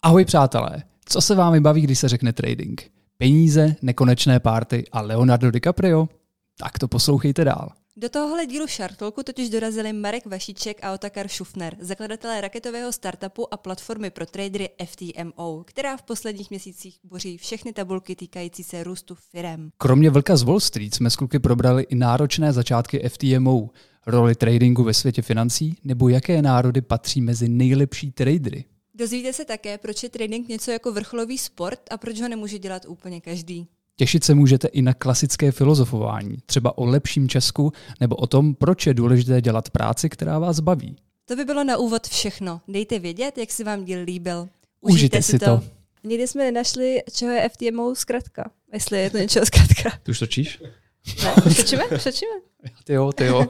Ahoj přátelé, co se vám vybaví, když se řekne trading? Peníze, nekonečné párty a Leonardo DiCaprio? Tak to poslouchejte dál. Do tohohle dílu Shark totiž dorazili Marek Vašíček a Otakar Šufner, zakladatelé raketového startupu a platformy pro tradery FTMO, která v posledních měsících boří všechny tabulky týkající se růstu firem. Kromě Vlka z Wall Street jsme s kluky probrali i náročné začátky FTMO, roli tradingu ve světě financí, nebo jaké národy patří mezi nejlepší tradery. Dozvíte se také, proč je trading něco jako vrcholový sport a proč ho nemůže dělat úplně každý. Těšit se můžete i na klasické filozofování, třeba o lepším Česku nebo o tom, proč je důležité dělat práci, která vás baví. To by bylo na úvod všechno. Dejte vědět, jak se vám díl líbil. Užijte si to. Nikdy jsme nenašli, čeho je FTMO zkratka. Jestli je to něčeho zkratka. Ty už točíš? Ne, přečíme. Ty jo.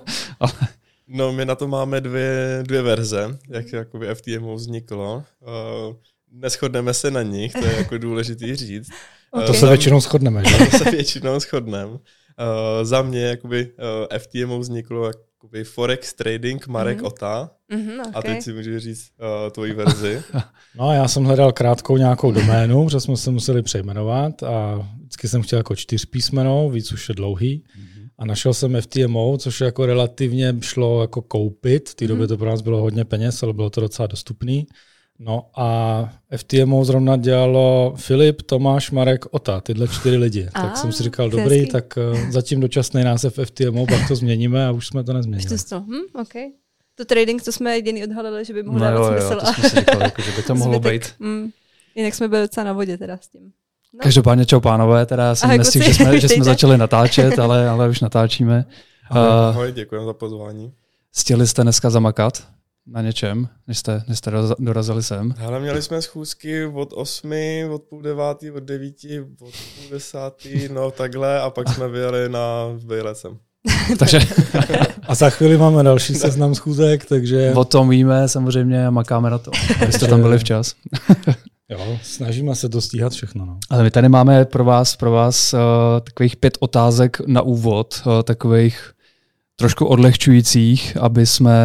No, my na to máme dvě verze, jak jakoby FTMO vzniklo. Neshodneme se na nich, to je jako důležitý říct. Okay. To se většinou shodneme, že? To se většinou shodneme. Za mě jakoby FTMO vzniklo jakoby Forex Trading Marek Ota. Okay. A teď si můžu říct tvoji verzi. No, já jsem hledal krátkou nějakou doménu, protože jsme se museli přejmenovat a vždycky jsem chtěl jako 4písmenou, víc už je dlouhý. A našel jsem FTMO, což jako relativně šlo jako koupit. V té době to pro nás bylo hodně peněz, ale bylo to docela dostupný. No a FTMO zrovna dělalo Filip, Tomáš, Marek, Ota, tyhle 4 lidi. Tak jsem si říkal, dobrý, tak zatím dočasný název FTMO, pak to změníme a už jsme to nezměnili. Okay. To trading, to jsme jediný odhalili, že by mohlo dávat smysl. To jsme si říkali, jako, že by to mohlo být. Jinak jsme byli docela na vodě teda s tím. No. Každopádně čau pánové, teda já jsem nestihl, že jsme začali natáčet, ale už natáčíme. Ahoj, děkujeme za pozvání. Stihli jste dneska zamakat na něčem, než jste dorazili sem? Hele, měli jsme schůzky od 8, od 8:30, od 9, od 9:30, no takhle a pak jsme vyjeli na výlet sem. Takže... A za chvíli máme další seznam schůzek, takže... O tom víme samozřejmě a makáme na to, abyste tam byli včas. Jo, snažíme se to stíhat všechno. No. Ale my tady máme pro vás takových 5 otázek na úvod, takových trošku odlehčujících, aby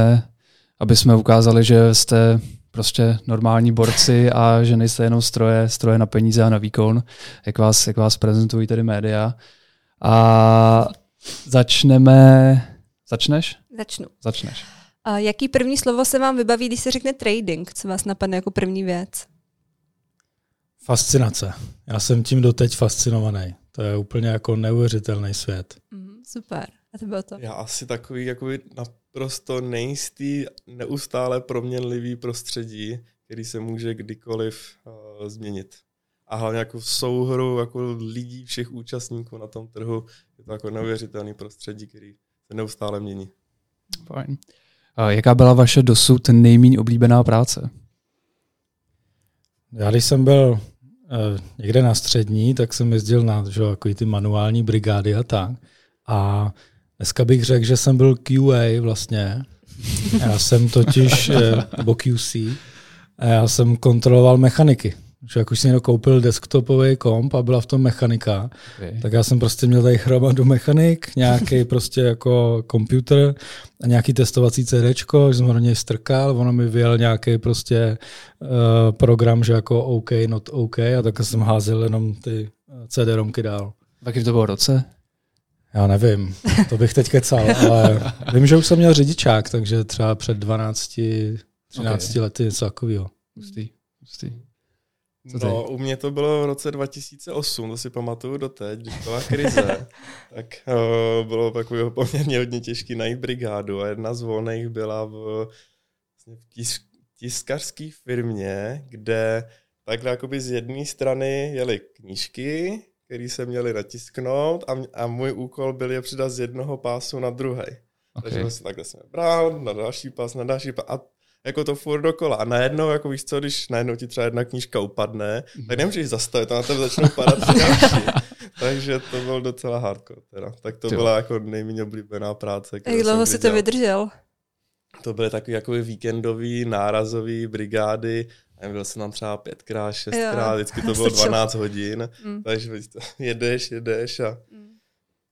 jsme ukázali, že jste prostě normální borci a že nejste jenom stroje na peníze a na výkon, jak vás prezentují tady média. A Začneš? Začneš. Jaký první slovo se vám vybaví, když se řekne trading? Co vás napadne jako první věc? Fascinace. Já jsem tím doteď fascinovaný. To je úplně jako neuvěřitelný svět. Super. A to bylo to? Já asi takový jakoby naprosto nejistý, neustále proměnlivý prostředí, který se může kdykoliv změnit. A hlavně jako v souhru jako lidí, všech účastníků na tom trhu, je to jako neuvěřitelný prostředí, který se neustále mění. Fajn. Jaká byla vaše dosud nejméně oblíbená práce? Já když jsem byl někde na střední, tak jsem jezdil na jako ty manuální brigády a tak. A dneska bych řekl, že jsem byl QA vlastně. Já jsem totiž, nebo QC, a já jsem kontroloval mechaniky. Že jak už si někdo koupil desktopový komp a byla v tom mechanika, tak já jsem prostě měl tady hromadu mechanik, nějaký prostě jako počítač a nějaký testovací CDčko, že jsem ho do něj strkal, ono mi vyjel nějaký prostě program, že jako OK, not OK a tak jsem házel jenom ty CD-romky dál. Taky v to bylo roce? Já nevím, to bych teď kecal, ale vím, že už jsem měl řidičák, takže třeba před 12-13 lety něco takového. Hustý. No, u mě to bylo v roce 2008, to si pamatuju doteď, když byla krize, tak bylo takového poměrně hodně těžké najít brigádu a jedna z volných byla v tiskařské firmě, kde takhle jakoby z jedné strany jeli knížky, které se měly natisknout a můj úkol byl je přidat z jednoho pásu na druhý. Okay. Takže vlastně takhle jsem bral na další pás a jako to furt dokola. A najednou, jako víš co, když najednou ti třeba jedna knížka upadne, tak nemůžeš zastavit, a na tebe začnou padat ty další. Takže to byl docela hardcore. Teda. Tak to byla jako nejméně oblíbená práce. Jak dlouho si to vydržel? To byly takové jako víkendový, nárazový brigády. A byl jsem tam třeba 5x, 6x, vždycky to bylo 12 hodin. Takže jedeš a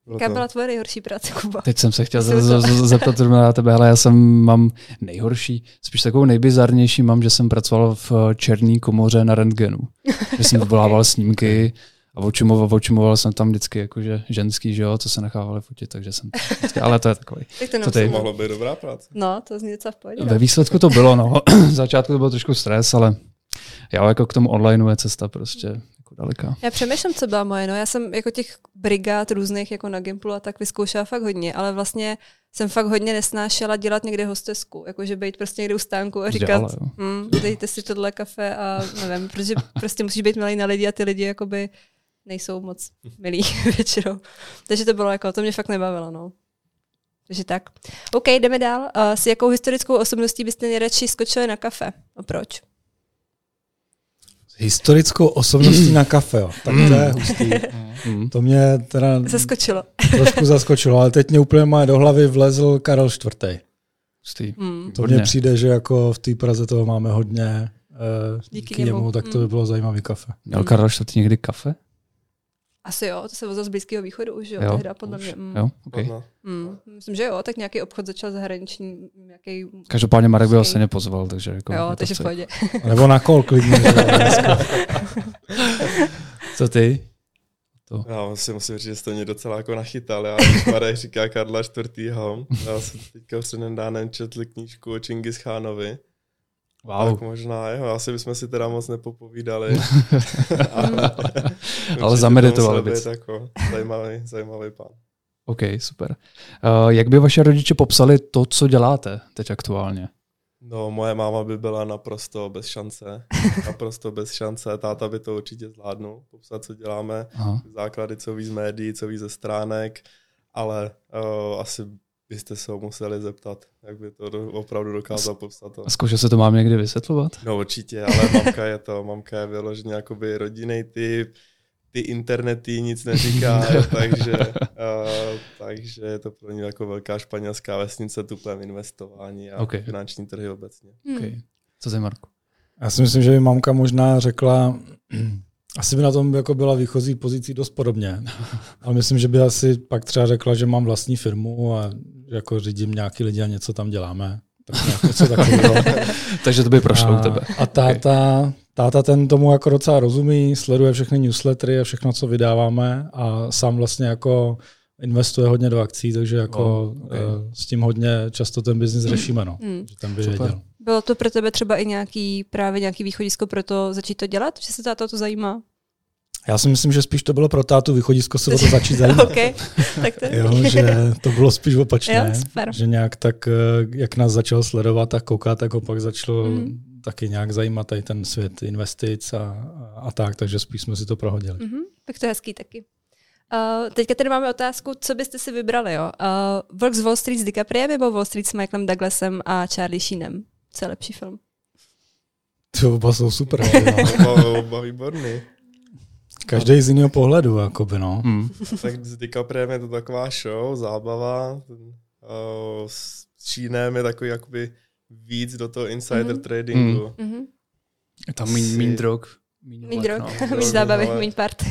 Jaká byla tvoje nejhorší práce, Kuba? Teď jsem se chtěl zeptat na tebe, ale já mám nejhorší, spíš takovou nejbizarnější mám, že jsem pracoval v černé komoře na rentgenu. Že jsem vyvolával snímky a očumoval jsem tam vždycky jakože ženský, že jo, co se nechávali fotit, takže jsem vždycky, ale to je takový. Tak to mohlo být dobrá práce. No, to zní docela v pohodě. Ve výsledku to bylo, no. V začátku to byl trošku stres, ale já jako k tomu onlineu je cesta prostě jako daleká. Já přemýšlím, co byla moje, no. Já jsem jako těch brigád různých jako na Gimplu a tak vyzkoušela fakt hodně, ale vlastně jsem fakt hodně nesnášela dělat někde hostesku, jakože být prostě někde u stánku a říkat, dejte si tohle kafe a nevím, protože prostě musíš být milý na lidi a ty lidi jakoby nejsou moc milí většinou. Takže to bylo jako, to mě fakt nebavilo, no. Takže tak. OK, jdeme dál. S jakou historickou osobností byste nejradši skočili na kafe? A proč? S historickou osobností na kafe, jo. Tak to je hustý. To mě teda zaskočilo. Trošku zaskočilo, ale teď mě úplně do hlavy vlezl Karel IV. Hustý. To mně přijde, že jako v té Praze toho máme hodně díky němu, tak to by bylo zajímavý kafe. Měl Karel IV někdy kafe? Asi jo, to se vozil z Blízkého východu už, jo, tehda podle mě. Jo, okay. Myslím, že jo, tak nějaký obchod začal zahraniční. Nějaký každopádně Marek by ho nepozval, takže jako... Jo, takže v pohodě. Nebo na kol klidně. Co ty? To. Já si musím říct, že to mě docela jako nachytal. Já, když Marek říká Karla IV. Já jsem teďka přednedávnem četl knížku o Čingis Chánovi. Wow. Tak možná, jo, asi bychom si teda moc nepopovídali. Ale zameditovali byste. Jako zajímavý pán. OK, super. Jak by vaše rodiče popsali to, co děláte teď aktuálně? No, moje máma by byla naprosto bez šance. Táta by to určitě zvládnul. Popsat, co děláme. Základy, co ví z médií, co ví ze stránek. Ale asi byste se ho museli zeptat, jak by to opravdu dokázal popsat. A zkoušel se to mám někdy vysvětlovat? No určitě, ale mamka je vyloženě jakoby rodinný typ, ty internety nic neříká, takže je to pro ně jako velká španělská vesnice tupém investování a finanční trhy obecně. Okay. Co ty, Marku? Já si myslím, že by mamka možná řekla, asi by na tom jako byla výchozí pozicí dost podobně, ale myslím, že by asi pak třeba řekla, že mám vlastní firmu a jako řídím nějaký lidi a něco tam děláme. Tak něco takového. Takže to by prošlo u tebe. A táta ten tomu jako docela rozumí, sleduje všechny newslettery a všechno, co vydáváme a sám vlastně jako investuje hodně do akcí, takže jako s tím hodně často ten biznis řešíme, no. Že ten by věděl. Bylo to pro tebe třeba i nějaký východisko pro to začít to dělat, že se táta to zajímá? Já si myslím, že spíš to bylo pro tátu východisko se o to začít zajímat. Okay. Tak to jo, že to bylo spíš opačné. Jo, že nějak tak, jak nás začal sledovat a koukat, tak ho pak začalo taky nějak zajímat tady ten svět investic a tak, takže spíš jsme si to prohodili. Tak to je hezký taky. Teďka tady máme otázku, co byste si vybrali, jo? Vlk z Wall Street s DiCapriem nebo Wall Street s Michaelem Douglasem a Charlie Sheenem? Co je lepší film? To oba jsou super. Oba výborný. Každý z jiného pohledu, jakoby, no. Tak s DiCapriem je to taková show, zábava. S Sheenem je takový jakoby víc do toho insider tradingu. Je tam míň drog. Míň zábavy, míň party.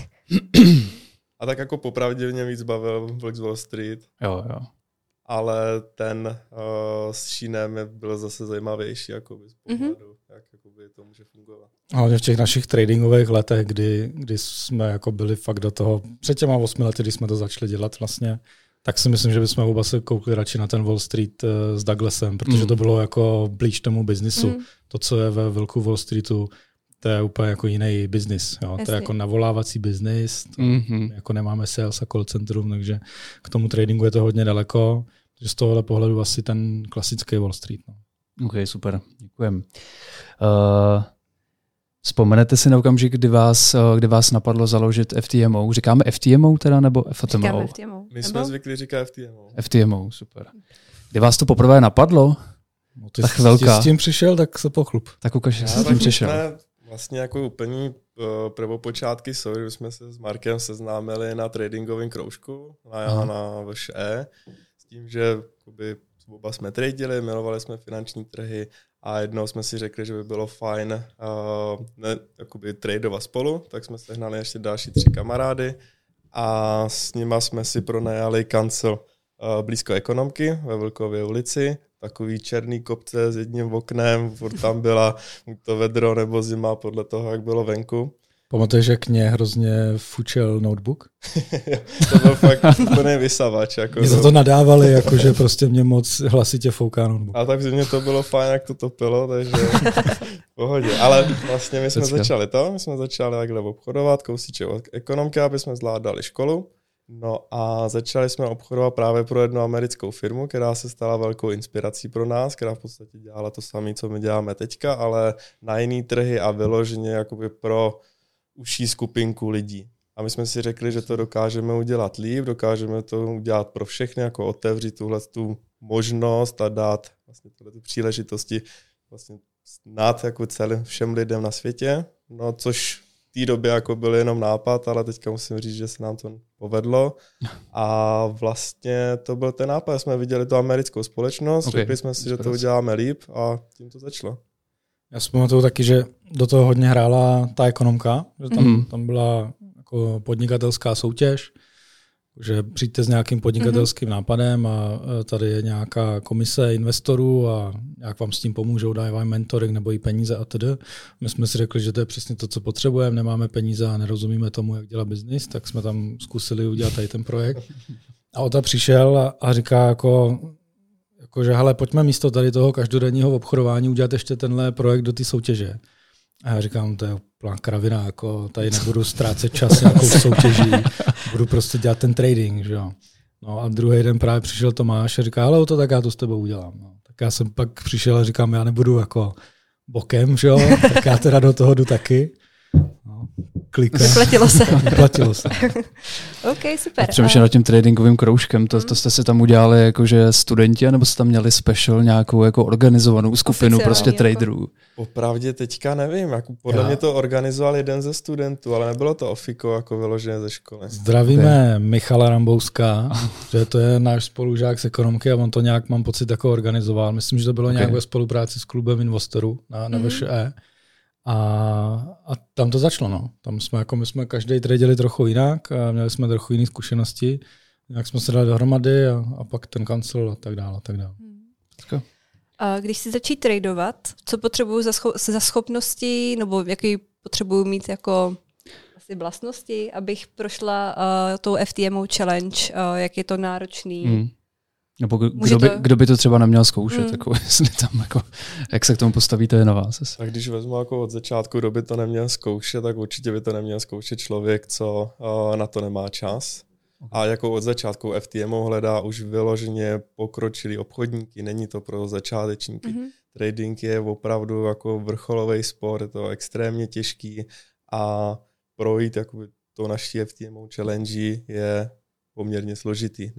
A tak jako popravdě mě víc bavil Vlk z Wall Street. Jo. Ale ten s Sheenem byl zase zajímavější jakoby, z pohledu, jak jakoby to může fungovat. Hlavně v těch našich tradingových letech, kdy jsme jako byli fakt do toho, před těma 8 lety, kdy jsme to začali dělat vlastně, tak si myslím, že bychom oba se koukli radši na ten Wall Street s Douglasem, protože to bylo jako blíž tomu biznisu. To, co je ve velkou Wall Streetu, to je úplně jako jiný biznis. To je jako navolávací biznis, jako nemáme sales a call centrum, takže k tomu tradingu je to hodně daleko. Takže z tohohle pohledu asi ten klasický Wall Street. No. OK, super, děkujem. Vzpomenete si na okamžik, kdy vás napadlo založit FTMO? Říkáme FTMO teda, nebo FTMO? Říkáme FTMO. My jsme zvyklí říkat FTMO. FTMO, super. Kdy vás to poprvé napadlo? No, ty s tím přišel, tak se pochlup. Tak ukaž, že jsi s tím přišel. Vlastně jako úplně prvopočátky jsou, že jsme se s Markem seznámili na tradingovém kroužku na VŠE, s tím, že oba jsme tradili, milovali jsme finanční trhy a jednou jsme si řekli, že by bylo fajn tradovat spolu, tak jsme sehnali ještě další 3 kamarády a s nima jsme si pronajali kancel blízko Ekonomky ve Vlkově ulici, takový černý kopce s jedním oknem, furt tam byla buď to vedro nebo zima, podle toho, jak bylo venku. Pamatuješ, jak mě hrozně fučel notebook? To byl fakt úplný vysavač. Jako mě za to nadávali, jakože prostě mě moc hlasitě fouká notebook. A tak v zimě to bylo fajn, jak to topilo, takže v pohodě. Ale vlastně my jsme začali takhle obchodovat, kousíček od Ekonomky, aby jsme zvládali školu. No a začali jsme obchodovat právě pro jednu americkou firmu, která se stala velkou inspirací pro nás, která v podstatě dělala to samé, co my děláme teďka, ale na jiný trhy a vyloženě jakoby pro užší skupinku lidí. A my jsme si řekli, že to dokážeme udělat líp, dokážeme to udělat pro všechny, jako otevřít tu možnost a dát vlastně tu příležitosti vlastně znát jako všem lidem na světě. No, což v té době jako byl jenom nápad, ale teďka musím říct, že se nám to povedlo. A vlastně to byl ten nápad, jsme viděli tu americkou společnost, řekli jsme si, že to uděláme líp a tím to začalo. Já si pamatuju taky, že do toho hodně hrála ta Ekonomka, že tam byla jako podnikatelská soutěž, že přijďte s nějakým podnikatelským nápadem a tady je nějaká komise investorů a jak vám s tím pomůžou, dají vám mentoring nebo i peníze a tedy. My jsme si řekli, že to je přesně to, co potřebujeme, nemáme peníze a nerozumíme tomu, jak dělat biznis, tak jsme tam zkusili udělat tady ten projekt. A Ota přišel a říká že hele, pojďme místo tady toho každodenního obchodování udělat ještě tenhle projekt do té soutěže. A já říkám, to je úplná kravina, jako tady nebudu ztrácet čas nějakou soutěží, budu prostě dělat ten trading, že jo. No a druhý den právě přišel Tomáš a říká, ale tak já to s tebou udělám. No. Tak já jsem pak přišel a říkám, já nebudu jako bokem, že jo, tak já teda do toho jdu taky. No, Vyplatilo se. OK, super. Přemýšlím nad tím tradingovým kroužkem, to jste si tam udělali jakože studenti, nebo jste tam měli special nějakou jako organizovanou skupinu prostě traderů? Popravdě teďka nevím, jako podle mě to organizoval jeden ze studentů, ale nebylo to ofiko jako vyložené ze školy. Zdravíme Michala Rambouska, že to je náš spolužák z Ekonomky a on to nějak, mám pocit, jako organizoval. Myslím, že to bylo nějak ve spolupráci s klubem investorů na VŠE. A tam to začalo, no. Tam my jsme každý tradili trochu jinak, a měli jsme trochu jiné zkušenosti, jak jsme se dali dohromady a pak ten kancel a tak dále. A když si začít tradovat, co potřebuju za schopnosti, nebo jaký potřebuju mít jako asi vlastnosti, abych prošla tou FTMO challenge, jak je to náročný? Nebo kdo by to třeba neměl zkoušet, jako, jestli tam, jako, jak se k tomu postavíte, je na vás. Tak když vezmu jako od začátku, kdo by to neměl zkoušet, tak určitě by to neměl zkoušet člověk, co na to nemá čas. A jako od začátku FTMO hledá už vyloženě pokročilý obchodníky, není to pro začátečníky. Trading je opravdu jako vrcholový sport, je to extrémně těžký a projít jako to naší FTMO challenge je poměrně složitý.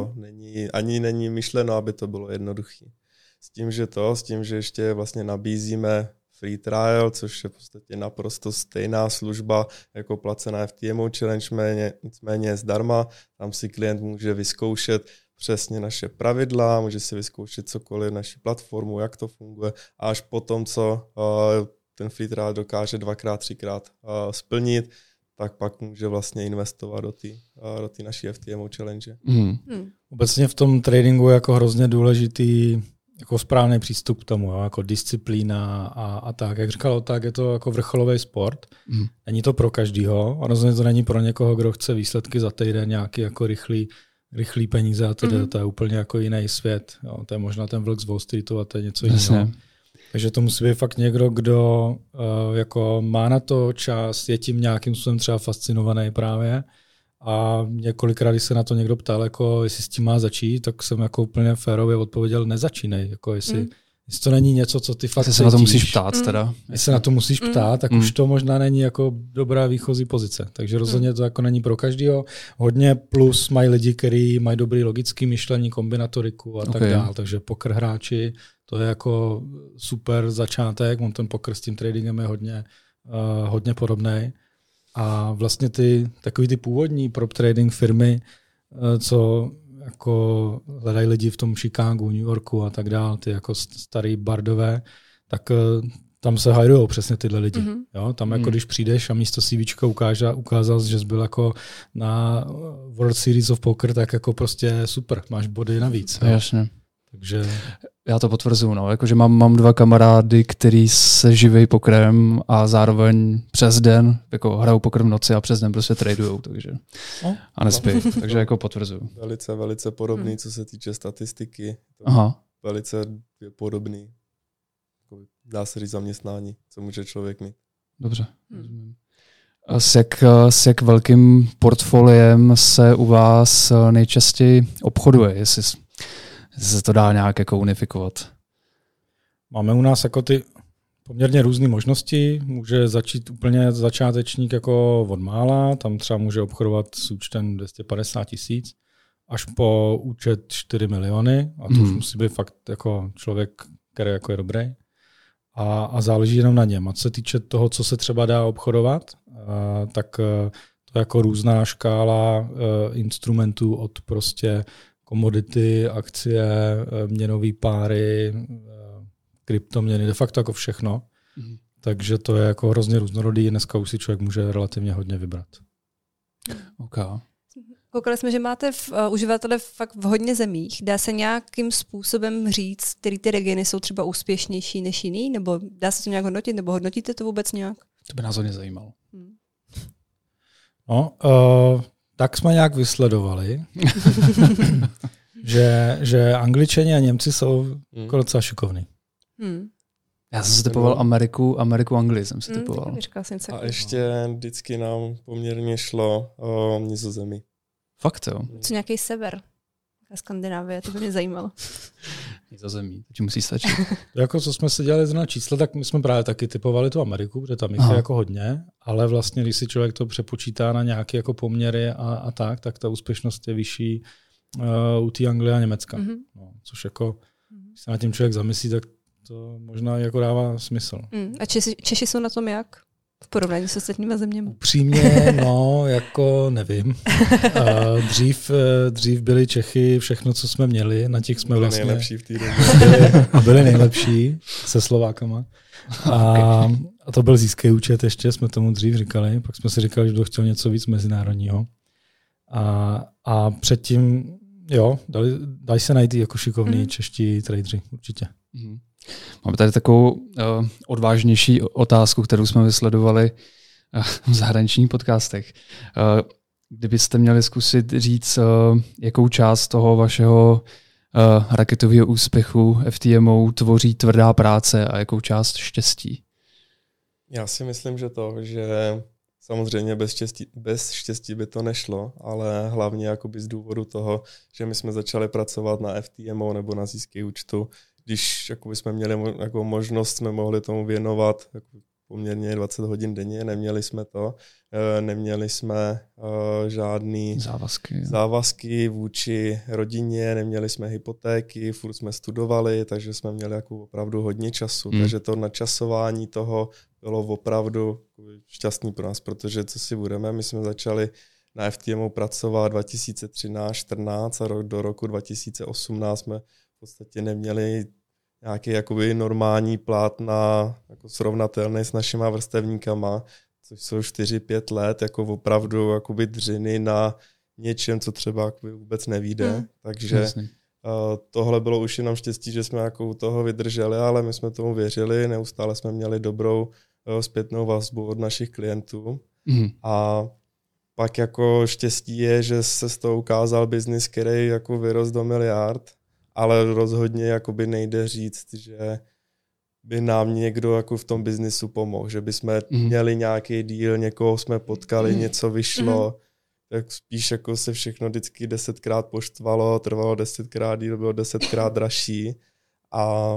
Není myšleno, aby to bylo jednoduché. S tím, že ještě vlastně nabízíme free trial, což je v podstatě naprosto stejná služba jako placená FTMO challenge, nicméně zdarma. Tam si klient může vyzkoušet přesně naše pravidla, může si vyzkoušet cokoliv, naši platformu, jak to funguje a až potom, co ten free trial dokáže 2x, 3x splnit, tak pak může vlastně investovat do té naší FTMO challenge. Obecně v tom tradingu je jako hrozně důležitý jako správný přístup k tomu, jo, jako disciplína a tak. Jak říkal, tak je to jako vrcholový sport. Není to pro každýho a rozhodně to není pro někoho, kdo chce výsledky za týden, nějaký jako rychlý peníze a to je úplně jako jiný svět. Jo. To je možná ten vlk z Wall Streetu a to je něco jiného. Takže to musí být fakt někdo, kdo jako má na to čas, je tím nějakým způsobem třeba fascinovaný právě. A několikrát, když se na to někdo ptal, jako jestli s tím má začít, tak jsem jako úplně férově odpověděl, nezačínej. Jako jestli to není něco, co ty fakt se na to musíš ptát teda. Jestli se na to musíš ptát, tak už to možná není jako dobrá výchozí pozice. Takže rozhodně to jako není pro každýho. Hodně plus mají lidi, kteří mají dobrý logický myšlení, kombinatoriku a tak dále. Takže poker hráči, to je jako super začátek. On ten poker s tím tradingem je hodně podobný. A vlastně takový ty původní prop trading firmy, co jako hledají lidi v tom Chicagu, New Yorku a tak dále, ty jako starý bardové, tak tam se hajrujou přesně tyhle lidi. Jo? Tam jako když přijdeš a místo CVčka ukázal, že jsi byl jako na World Series of Poker, tak jako prostě super, máš body navíc. Jasně. Takže... Já to potvrzuju, no. Jakože mám 2 kamarády, který se živí pokerem a zároveň přes den jako hrajou poker v noci a přes den prostě tradujou, takže a nespí, takže jako potvrzuju. Velice podobný, co se týče statistiky. Aha. Velice je podobný. Dá se říct zaměstnání, co může člověk mít. Dobře. A s jak velkým portfoliem se u vás nejčastěji obchoduje, jestli se to dá nějak jako unifikovat? Máme u nás jako ty poměrně různé možnosti. Může začít úplně začátečník jako od mála, tam třeba může obchodovat s účtem 250 000 až po účet 4 miliony a to už musí být fakt jako člověk, který jako je dobrý. A záleží jenom na něm. A co se týče toho, co se třeba dá obchodovat, tak to je jako různá škála instrumentů od prostě komodity, akcie, měnové páry, kryptoměny, de facto jako všechno. Takže to je jako hrozně různorodý. Dneska už si člověk může relativně hodně vybrat. Okay. Koukali jsme, že máte uživatele fakt v hodně zemích. Dá se nějakým způsobem říct, který ty regiony jsou třeba úspěšnější než jiný? Nebo dá se to nějak hodnotit? Nebo hodnotíte to vůbec nějak? To by nás hodně zajímalo. No, tak jsme nějak vysledovali, že Angličani a Němci jsou jako docela šikovní. Já jsem si typoval Ameriku, Anglii jsem si typoval. A ještě vždycky nám poměrně šlo o Nizozemí. Fakt jo. Co nějaký sever? Skandinávie, to by mě zajímalo. Nizozemí, to ti musí stačit. Jako co jsme si dělali na čísla, tak my jsme právě taky typovali tu Ameriku, protože tam je jako hodně, ale vlastně, když si člověk to přepočítá na nějaké jako poměry a tak ta úspěšnost je vyšší u té Anglie a Německa. No, což jako, když se na tím člověk zamyslí, tak to možná jako dává smysl. A Češi jsou na tom jak? V porovnání s ostatními zeměmi? Upřímně, no, jako nevím. Dřív byli Čechy, všechno, co jsme měli, na těch jsme vlastně... nejlepší v té době. Byli nejlepší se Slovákama. A to byl získej účet ještě, jsme tomu dřív říkali. Pak jsme si říkali, že kdo chtěl něco víc mezinárodního. A předtím, jo, dali se najít jako šikovní čeští tradeři, určitě. Máme tady takovou odvážnější otázku, kterou jsme vysledovali v zahraničních podcastech. Kdybyste měli zkusit říct, jakou část toho vašeho raketového úspěchu FTMO tvoří tvrdá práce a jakou část štěstí? Já si myslím, že samozřejmě bez štěstí by to nešlo, ale hlavně jakoby z důvodu toho, že my jsme začali pracovat na FTMO nebo na získej účtu, když jsme měli jako možnost, jsme mohli tomu věnovat poměrně 20 hodin denně, neměli jsme to, neměli jsme žádný závazky vůči rodině, neměli jsme hypotéky, furt jsme studovali, takže jsme měli jako opravdu hodně času, takže to načasování toho bylo opravdu šťastný pro nás, protože co si budeme, my jsme začali na FTMu pracovat 2013-14 a do roku 2018 jsme v podstatě neměli nějaký jakoby normální plat jako srovnatelný s našima vrstevníkama, což jsou 4-5 let, jako opravdu jakoby dřiny na něčem, co třeba jakoby vůbec nevíde. Takže tohle bylo už jenom štěstí, že jsme jako u toho vydrželi, ale my jsme tomu věřili, neustále jsme měli dobrou zpětnou vazbu od našich klientů. A pak jako štěstí je, že se z toho ukázal biznis, který jako vyrost do miliard, ale rozhodně jakoby nejde říct, že by nám někdo jako v tom biznisu pomohl, že bychom měli nějaký deal, někoho jsme potkali, něco vyšlo, tak spíš jako se všechno vždycky 10krát poštvalo, trvalo 10krát díl, bylo 10krát dražší a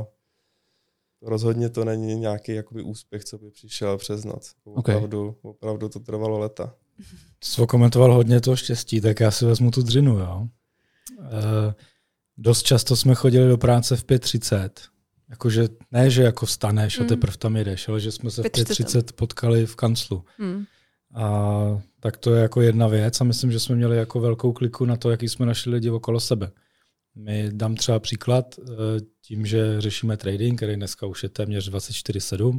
rozhodně to není nějaký jakoby úspěch, co by přišel přes noc. Opravdu to trvalo leta. Jsi komentoval hodně to štěstí, tak já si vezmu tu dřinu. Jo? Dost často jsme chodili do práce v 5:30. Jakože ne, že jako vstaneš a teprve tam jedeš, ale že jsme se v 5:30 potkali v kanclu. A tak to je jako jedna věc a myslím, že jsme měli jako velkou kliku na to, jaký jsme našli lidi okolo sebe. My dám třeba příklad tím, že řešíme trading, který dneska už je téměř 24/7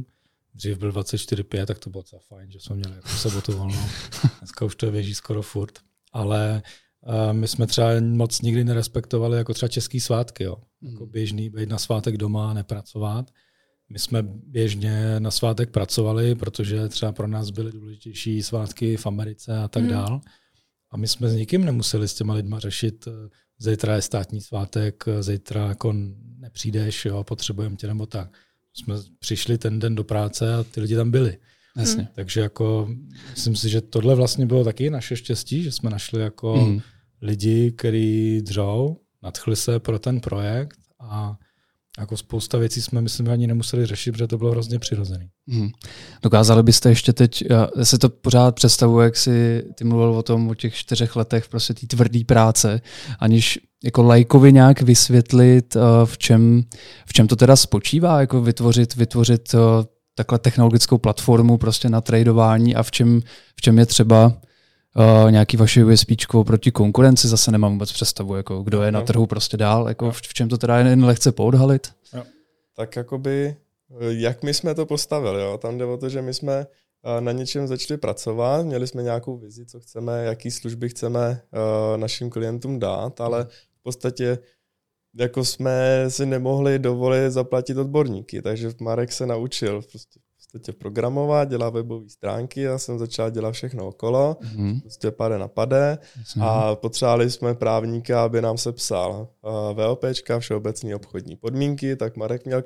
dřív byl 24/5, tak to bylo docela fajn, že jsme měli jako sobotu volnou. Dneska už to běží skoro furt. Ale my jsme třeba moc nikdy nerespektovali jako třeba český svátky. Jo. Jako běžný, být na svátek doma, nepracovat. My jsme běžně na svátek pracovali, protože třeba pro nás byly důležitější svátky v Americe a tak dál. A my jsme s nikým nemuseli s těma lidma řešit, zítra je státní svátek, zítra jako nepřijdeš, jo, potřebujeme tě nebo tak. Jsme přišli ten den do práce a ty lidi tam byli. Jasně. Takže jako myslím si, že tohle vlastně bylo taky naše štěstí, že jsme našli jako lidi, kteří dřou, nadchli se pro ten projekt a jako spousta věcí jsme, myslím, ani nemuseli řešit, protože to bylo hrozně přirozený. Dokázali byste ještě teď, já si to pořád představuji, jak si ty mluvil o těch 4 letech prostě té tvrdé práce, aniž jako laikovi nějak vysvětlit, v čem to teda spočívá, jako vytvořit takhle technologickou platformu prostě na tradování a v čem je třeba nějaký vaše USPčko proti konkurenci, zase nemám vůbec představu, jako kdo je na trhu prostě dál, jako v čem to teda jen lehce poodhalit? Tak jakoby, jak my jsme to postavili, jo? Tam jde o to, že my jsme na něčem začali pracovat, měli jsme nějakou vizi, co chceme, jaký služby chceme našim klientům dát, ale v podstatě jako jsme si nemohli dovolit zaplatit odborníky, takže Marek se naučil prostě programovat, dělá webové stránky, já jsem začal dělat všechno okolo, prostě pade na pade a potřebovali jsme právníka, aby nám se psal VOPčka, všeobecné obchodní podmínky, tak Marek měl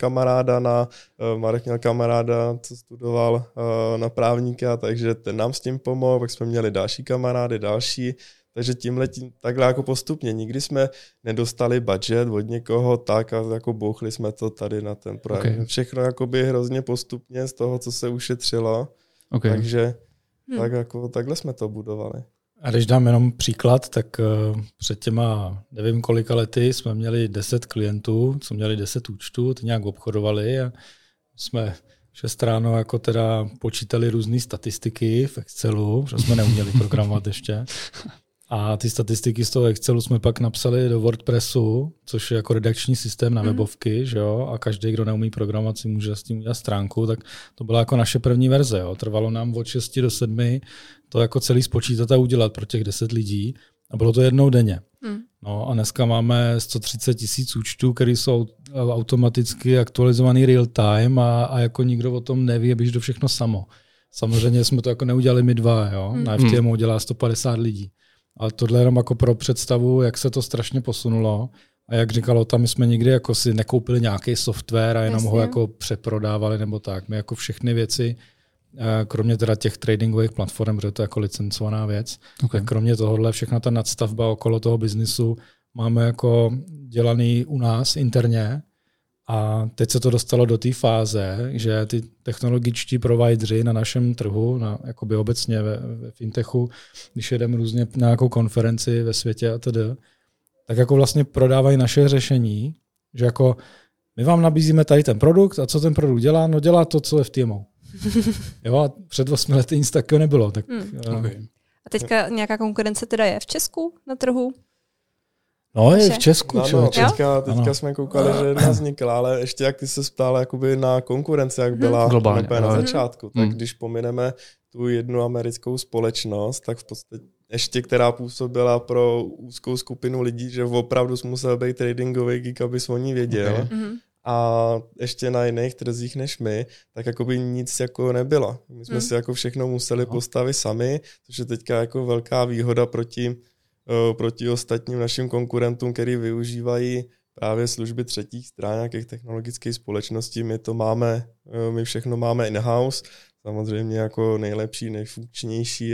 kamaráda, co studoval na právníka, takže ten nám s tím pomohl, pak jsme měli další kamarády, takže tímhletím takhle jako postupně. Nikdy jsme nedostali budget od někoho tak a jako bouchli jsme to tady na ten projekt. Okay. Všechno jakoby hrozně postupně z toho, co se ušetřilo. Okay. Takže takhle jsme to budovali. A když dám jenom příklad, tak před těma nevím kolika lety jsme měli 10 klientů, co měli 10 účtů, ty nějak obchodovali a jsme 6 ráno jako teda počítali různé statistiky v Excelu, protože jsme neuměli programovat ještě. A ty statistiky z toho Excelu jsme pak napsali do WordPressu, což je jako redakční systém na webovky, že jo? A každý, kdo neumí programovat, si může s tím udělat stránku, tak to byla jako naše první verze. Jo? Trvalo nám od 6 do 7 to jako celý spočítat a udělat pro těch 10 lidí a bylo to jednou denně. No a dneska máme 130 000 účtů, které jsou automaticky aktualizovaný real time a jako nikdo o tom neví, aby to všechno samo. Samozřejmě jsme to jako neudělali my dva, jo? Na FTMu dělá 150 lidí. Ale tohle jenom jako pro představu, jak se to strašně posunulo. A jak říkalo, tam my jsme nikdy jako si nekoupili nějaký software a jenom ho jako přeprodávali nebo tak. My jako všechny věci, kromě teda těch tradingových platform, protože to je jako licencovaná věc, tak kromě tohohle všechna ta nadstavba okolo toho biznisu máme jako dělaný u nás interně. A teď se to dostalo do té fáze, že ty technologičtí provideři na našem trhu, jakoby obecně ve fintechu, když jedeme různě na nějakou konferenci ve světě a tedy, tak jako vlastně prodávají naše řešení, že jako my vám nabízíme tady ten produkt a co ten produkt dělá? No dělá to, co je v TMO. Jo, a před 8 lety nic takového nebylo. Tak, A teďka nějaká konkurence teda je v Česku na trhu? No, je v Česku. No, teďka jsme koukali, že jedna vznikla, ale ještě jak ty se ptala jakoby na konkurenci, jak byla na začátku, tak když pomineme tu jednu americkou společnost, tak v podstatě ještě která působila pro úzkou skupinu lidí, že opravdu musel být tradingový geek, aby o ní věděl. A ještě na jiných trzích než my, tak jakoby nic jako nebylo. My jsme si jako všechno museli postavit sami, což je teďka jako velká výhoda proti ostatním našim konkurentům, který využívají právě služby třetích stran, nějakých technologických společností. My všechno máme in-house, samozřejmě jako nejlepší, nejfunkčnější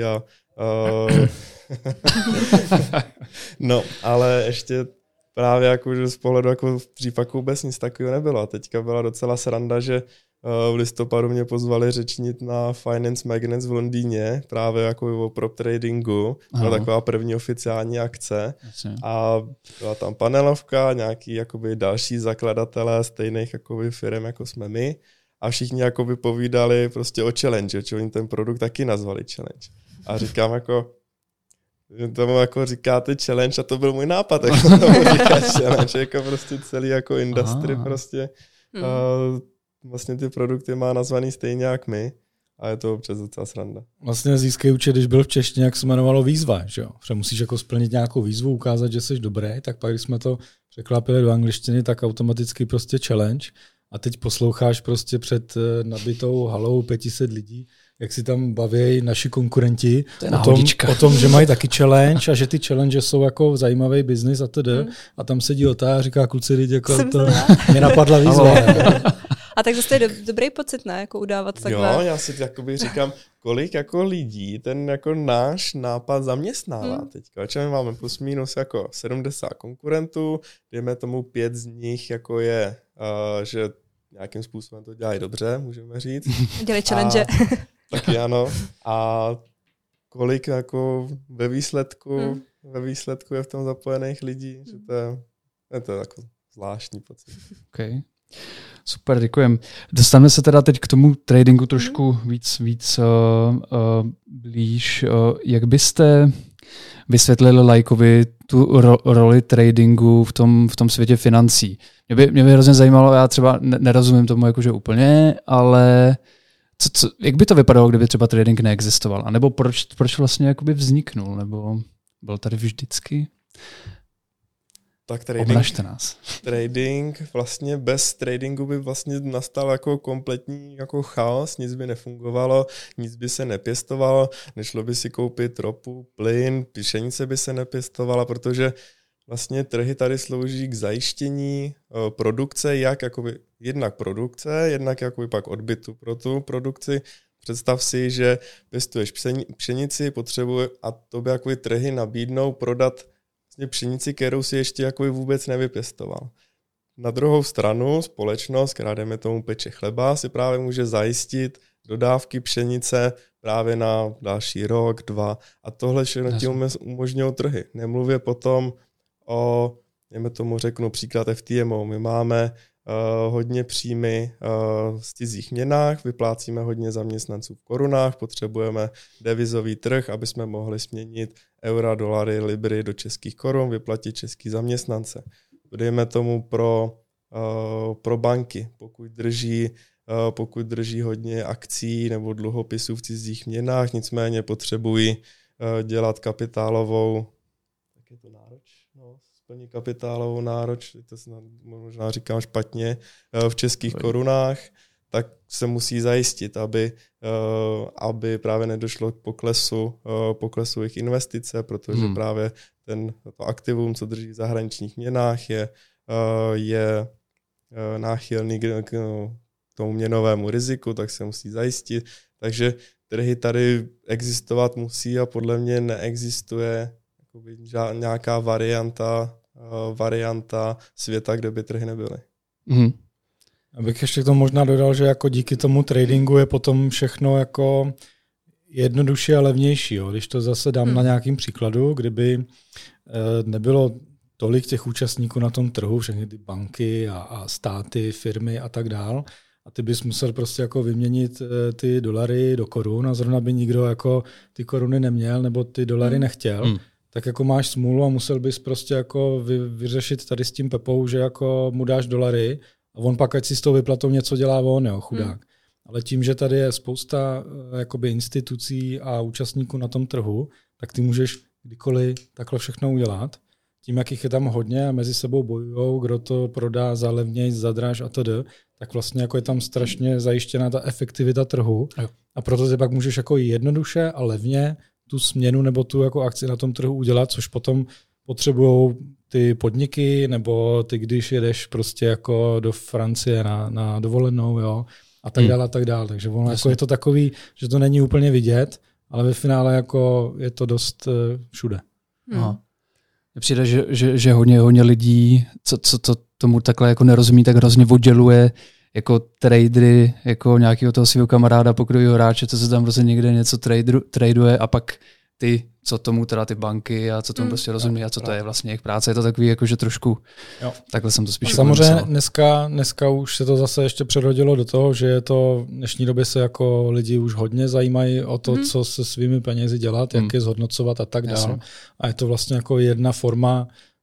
no, ale ještě právě jako, že z pohledu jako v přípaku vůbec nic takového nebylo. A teďka byla docela sranda, že v listopadu mě pozvali řečnit na Finance Magnates v Londýně, právě jako o prop tradingu. Byla taková první oficiální akce. A byla tam panelovka, nějaký jakoby další zakladatelé stejných jakoby firm, jako jsme my. A všichni jakoby povídali prostě o challenge, že oni ten produkt taky nazvali challenge. A říkám jako, tomu jako říkáte challenge a to byl můj nápad, jako tomu říkat challenge, jako prostě celý jako industry prostě vlastně ty produkty má nazvaný stejně jak my a je to občas docela sranda. Vlastně získej účet, když byl v češtině, jak se jmenovalo výzva, že jo? Protože musíš jako splnit nějakou výzvu, ukázat, že jsi dobrý, tak pak, když jsme to překlápili do angličtiny, tak automaticky prostě challenge a teď posloucháš prostě před nabitou halou 500 lidí, jak si tam baví naši konkurenti o tom, že mají taky challenge a že ty challenge jsou jako zajímavý biznis a tedy. A tam sedí Ota a říká, kluci lidi, jako to mě napadla výzva. A tak zase je dobrý pocit, ne? Jako udávat takhle. Jo, já si jakoby říkám, kolik jako lidí ten jako náš nápad zaměstnává teďka. Čili máme plus minus jako 70 konkurentů, dejme tomu 5 z nich jako je, že nějakým způsobem to dělají dobře, můžeme říct. Dělají challenge. Taky ano. A kolik jako ve výsledku je v tom zapojených lidí, že to je to jako zvláštní pocit. Okay. Super, děkujem. Dostaneme se teda teď k tomu tradingu trošku víc blíž. Jak byste vysvětlili lajkovi tu roli tradingu v tom světě financí? Mě by hrozně zajímalo, já třeba nerozumím tomu jakože úplně, ale jak by to vypadalo, kdyby třeba trading neexistoval? A nebo proč vlastně jakoby vzniknul? Nebo byl tady vždycky? Tak trading vlastně bez tradingu by vlastně nastal jako kompletní jako chaos, nic by nefungovalo, nic by se nepěstovalo, nešlo by si koupit ropu, plyn, pšenice by se nepěstovala, protože vlastně trhy tady slouží k zajištění produkce, jednak produkce, jednak jakoby pak odbytu pro tu produkci. Představ si, že pěstuješ pšenici, potřebuje a to by jakoby trhy nabídnou prodat vlastně pšenici, kterou si ještě jakoby vůbec nevypěstoval. Na druhou stranu společnost, která dejme tomu peče chleba, si právě může zajistit dodávky pšenice právě na další rok, 2 a tohle všechno tím umožňují trhy. Nemluvě potom o, dejme tomu řeknu příklad FTMO, my máme hodně příjmy z cizích měnách, vyplácíme hodně zaměstnanců v korunách, potřebujeme devizový trh, aby jsme mohli směnit eura, dolary, libry do českých korun, vyplatit český zaměstnance. Dejme tomu pro banky, pokud drží hodně akcí nebo dluhopisů v cizích měnách, nicméně potřebují dělat kapitálovou, jak je to nároč? Splní kapitálovou nároč, to možná říkám špatně, v českých korunách, tak se musí zajistit, aby právě nedošlo k poklesu jejich investice, protože právě to aktivum, co drží v zahraničních měnách, je náchylný k tomu měnovému riziku, tak se musí zajistit. Takže trhy tady existovat musí a podle mě neexistuje nějaká varianta světa, kde by trhy nebyly. Mm. Abych ještě k tomu možná dodal, že jako díky tomu tradingu je potom všechno jako jednodušší a levnější. Jo. Když to zase dám na nějakým příkladu, kdyby nebylo tolik těch účastníků na tom trhu, všechny ty banky a státy, firmy a tak dál, a ty bys musel prostě jako vyměnit ty dolary do korun a zrovna by nikdo jako ty koruny neměl nebo ty dolary nechtěl, tak jako máš smůlu a musel bys prostě jako vyřešit tady s tím Pepou, že jako mu dáš dolary a on pak, ať si s tou vyplatou něco dělá on, jo, chudák. Ale tím, že tady je spousta jakoby institucí a účastníků na tom trhu, tak ty můžeš kdykoliv takhle všechno udělat. Tím, jak jich je tam hodně a mezi sebou bojujou, kdo to prodá za levněji, za dráž a td., tak vlastně jako je tam strašně zajištěná ta efektivita trhu. Jo. A proto ty pak můžeš jako jednoduše a levně tu směnu nebo tu jako akci na tom trhu udělat, což potom potřebujou ty podniky, nebo ty, když jedeš prostě jako do Francie na dovolenou, jo, a tak dále, a tak dále. Takže ono jako je to takový, že to není úplně vidět, ale ve finále jako je to dost všude. Aha. Mně přijde, že hodně lidí, co tomu takhle jako nerozumí, tak hrozně odděluje jako tradery, jako nějakého toho svého kamaráda, pokrojího hráče, co se tam prostě někde něco traduje a pak ty, co tomu teda ty banky a co tomu prostě rozumí a co to je vlastně jejich práce. Je to takový jako, že trošku, takhle jsem to spíš samozřejmě dneska už se to zase ještě přerodilo do toho, že je to v dnešní době se jako lidi už hodně zajímají o to, co se svými penězi dělat, jak je zhodnocovat a tak dále. A je to vlastně jako jedna forma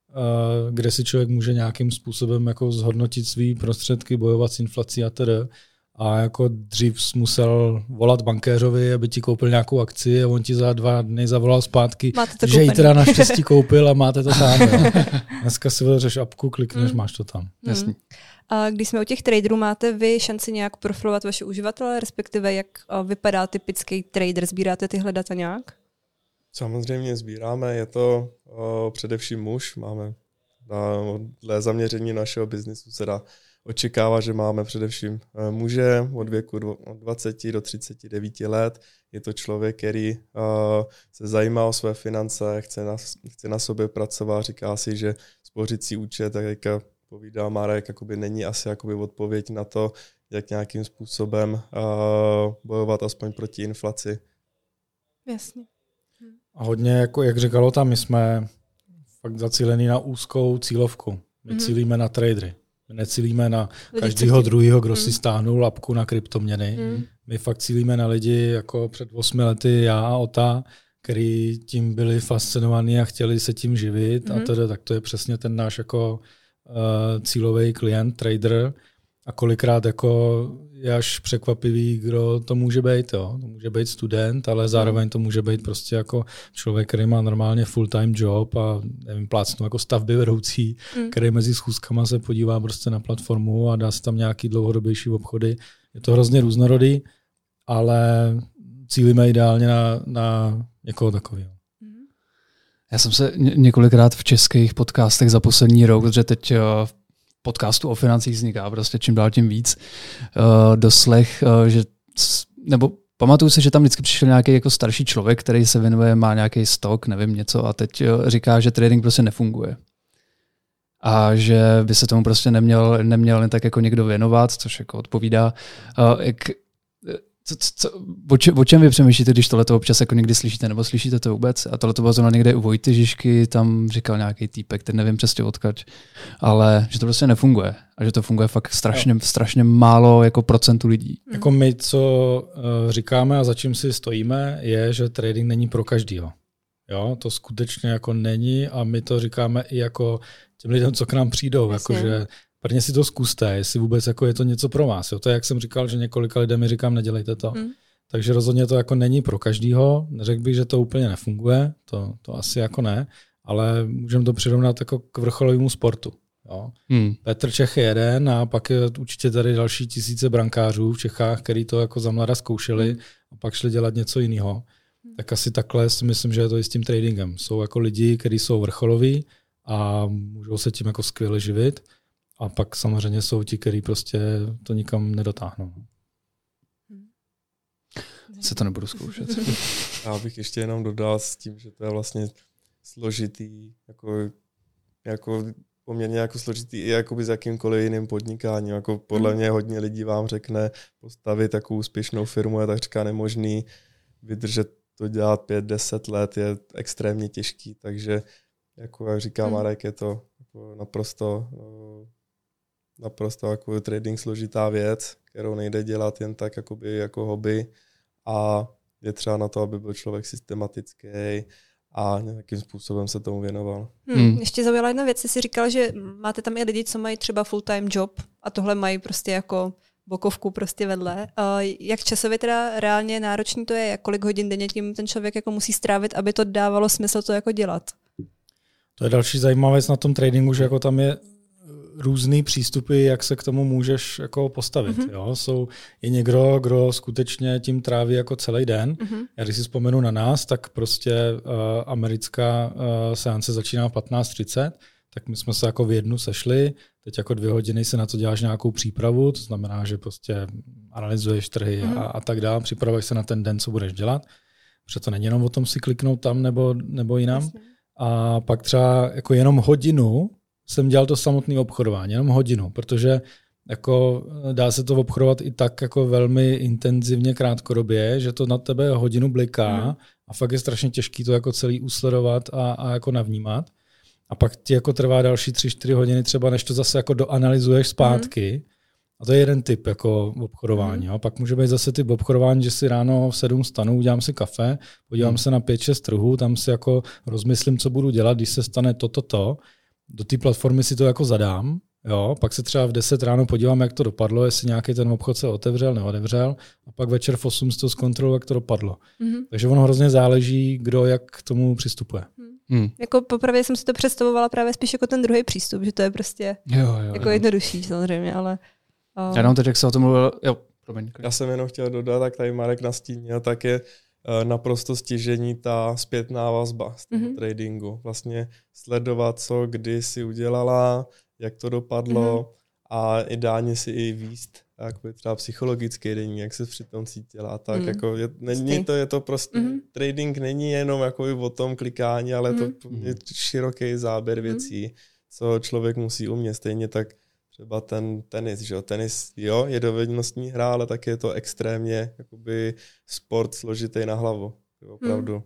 kde si člověk může nějakým způsobem jako zhodnotit svý prostředky, bojovat s inflací a tedy. A jako dřív jsi musel volat bankéřovi, aby ti koupil nějakou akci a on ti za 2 dny zavolal zpátky, že ji teda naštěstí koupil a máte to tam. Dneska si otevřeš apku, klikneš, máš to tam. Jasně. A když jsme u těch traderů, máte vy šanci nějak profilovat vaše uživatele, respektive jak vypadá typický trader? Sbíráte tyhle data nějak? Samozřejmě sbíráme, je to především muž. Máme dle zaměření našeho biznisu se dá očekává, že máme především muže od věku od 20 do 39 let. Je to člověk, který se zajímá o své finance, chce na sobě pracovat, říká si, že spořící účet, tak jak povídá Marek, jakoby není asi jakoby odpověď na to, jak nějakým způsobem bojovat aspoň proti inflaci. Jasně. A hodně, jako, jak říkalo tam, my jsme fakt zacílení na úzkou cílovku. My cílíme na tradery. My necílíme na každého druhého, kdo si stáhnul lapku na kryptoměny. My fakt cílíme na lidi, jako před 8 lety já a Ota, který tím byli fascinovaní a chtěli se tím živit. A teda, tak to je přesně ten náš jako cílový klient, trader. A kolikrát jako je až překvapivý, kdo to může být. Jo. To může být student, ale zároveň to může být prostě jako člověk, který má normálně full-time job a nevím, plácnu jako stavby vedoucí, který mezi schůzkama se podívá prostě na platformu a dá si tam nějaký dlouhodobější obchody. Je to hrozně různorodý, ale cílíme ideálně na někoho takového. Já jsem se několikrát v českých podcastech za poslední rok, protože teď podcastu o financích vzniká prostě čím dál tím víc, doslech, že, nebo pamatuju se, že tam vždycky přišel nějaký jako starší člověk, který se věnuje, má nějaký stok, nevím něco a teď říká, že trading prostě nefunguje. A že by se tomu prostě neměl jen tak jako někdo věnovat, což jako odpovídá. O čem vy přemýšlíte, když tohleto občas jako někdy slyšíte, nebo slyšíte to vůbec? A tohleto bylo zrovna někde u Vojty Žižky, tam říkal nějaký týpek, teď nevím přesně odkud, ale že to prostě nefunguje. A že to funguje fakt strašně málo jako procentu lidí. Jako my, co říkáme a za čím si stojíme, je, že trading není pro každýho. Jo, to skutečně jako není a my to říkáme i jako těm lidem, co k nám přijdou, jakože prvně si to zkuste, jestli vůbec jako je to něco pro vás. Jo? To je, jak jsem říkal, že několika lidem mi říkám, nedělejte to. Takže rozhodně to jako není pro každýho. Neřekl bych, že to úplně nefunguje, to asi jako ne, ale můžeme to přirovnat jako k vrcholovému sportu. Jo? Petr Čech je jeden a pak je určitě tady další tisíce brankářů v Čechách, který to jako za mlada zkoušeli a pak šli dělat něco jiného. Tak asi takhle si myslím, že je to i s tím tradingem. Jsou jako lidi, kteří jsou vrcholoví a můžou se tím jako skvěle živit. A pak samozřejmě jsou ti, kteří prostě to nikam nedotáhnou. Se to nebudu zkoušet. Já bych ještě jenom dodal s tím, že to je vlastně složitý, jako poměrně jako složitý i jakoby s jakýmkoliv jiným podnikáním. Jako podle mě hodně lidí vám řekne, postavit takovou úspěšnou firmu je takřka nemožný, vydržet to dělat 5-10 let je extrémně těžký, takže jako jak říká Marek, je to jako naprosto jako trading složitá věc, kterou nejde dělat jen tak jakoby, jako hobby a je třeba na to, aby byl člověk systematický a nějakým způsobem se tomu věnoval. Ještě zaujala jedna věc, jsi říkal, že máte tam i lidi, co mají třeba full-time job a tohle mají prostě jako bokovku prostě vedle. Jak časově teda reálně náročný to je, kolik hodin denně tím ten člověk jako musí strávit, aby to dávalo smysl to jako dělat? To je další zajímavá věc na tom tradingu, že jako tam je různý přístupy, jak se k tomu můžeš jako postavit. Jo? Je někdo, kdo skutečně tím tráví jako celý den. Já když si vzpomenu na nás, tak prostě americká seance začíná v 15:30, tak my jsme se jako v 1 sešli, teď jako 2 hodiny se na to děláš nějakou přípravu, to znamená, že prostě analyzuješ trhy a tak dále, připravuješ se na ten den, co budeš dělat, protože to není jenom o tom si kliknout tam nebo jinam. Jasně. A pak třeba jako jenom hodinu jsem dělal to samotné obchodování, jenom hodinu, protože jako dá se to obchodovat i tak jako velmi intenzivně krátkodobě, že to na tebe hodinu bliká a fakt je strašně těžký to jako celý usledovat a jako navnímat. A pak ti jako trvá další 3-4 hodiny třeba, než to zase jako doanalyzuješ zpátky. A to je jeden typ jako obchodování. Jo. Pak může být zase typ obchodování, že si ráno v 7 vstanu, udělám si kafe, podívám se na 5-6 trhů, tam si jako rozmyslím, co budu dělat, když se stane to. do té platformy si to jako zadám, jo, pak se třeba v 10 ráno podívám, jak to dopadlo, jestli nějaký ten obchod se otevřel, neotevřel, a pak večer v 8 si to zkontroluji, jak to dopadlo. Takže ono hrozně záleží, kdo jak k tomu přistupuje. Jako popravdě jsem si to představovala právě spíš jako ten druhý přístup, že to je prostě jako jednodušší samozřejmě, ale... Já jenom teď, jak se o tom mluvil... Já jsem jenom chtěl dodat, tak tady Marek nastínil, tak je naprosto stěžení ta zpětná vazba z toho tradingu. Vlastně sledovat, co kdy si udělala, jak to dopadlo a ideálně si i víst jako třeba psychologický deník, jak se při tom cítila. Tak jako je to prostě trading není jenom jako o tom klikání, ale to je široký záběr věcí, co člověk musí umět. Stejně tak třeba ten tenis, že jo? Tenis, jo, je dovednostní hra, ale tak je to extrémně jakoby sport složitý na hlavu. Opravdu.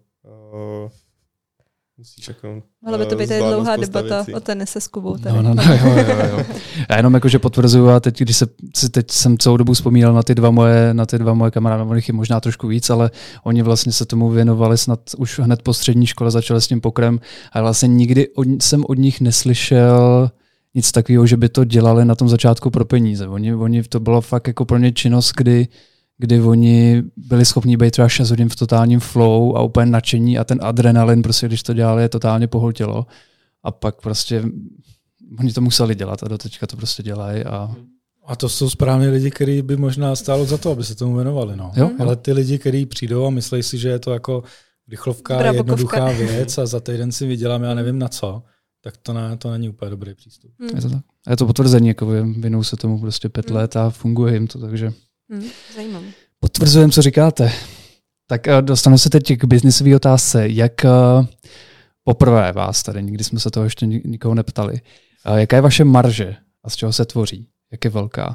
Musíš jako ale by to být dlouhá debata o tenise s Kubou. No, jo. Já jenom jakože potvrzuju, a teď jsem celou dobu vzpomínal na ty dva moje kamarády, on jich je možná trošku víc, ale oni vlastně se tomu věnovali snad už hned po střední škole, začali s tím pokrem a vlastně nikdy jsem od nich neslyšel nic takového, že by to dělali na tom začátku pro peníze. Oni to bylo fakt jako pro ně činnost, kdy oni byli schopni být třeba 6 hodin v totálním flow a úplně nadšení a ten adrenalin, prostě když to dělali, je totálně pohltilo. A pak prostě oni to museli dělat a doteďka to prostě dělají. A to jsou správně lidi, kteří by možná stálo za to, aby se tomu věnovali. No. Jo? Ale ty lidi, kteří přijdou a myslí si, že je to jako rychlovka, jednoduchá věc a za týden si vydělám, já nevím na co, tak to není úplně dobrý přístup. Je to tak. A je to potvrzení, jako věnují se tomu prostě 5 let a funguje jim to, takže... Zajímavé. Potvrzujem, co říkáte. Tak dostanu se teď k biznisové otázce. Jak poprvé vás tady, nikdy jsme se toho ještě nikoho neptali, jaká je vaše marže a z čeho se tvoří? Jak je velká?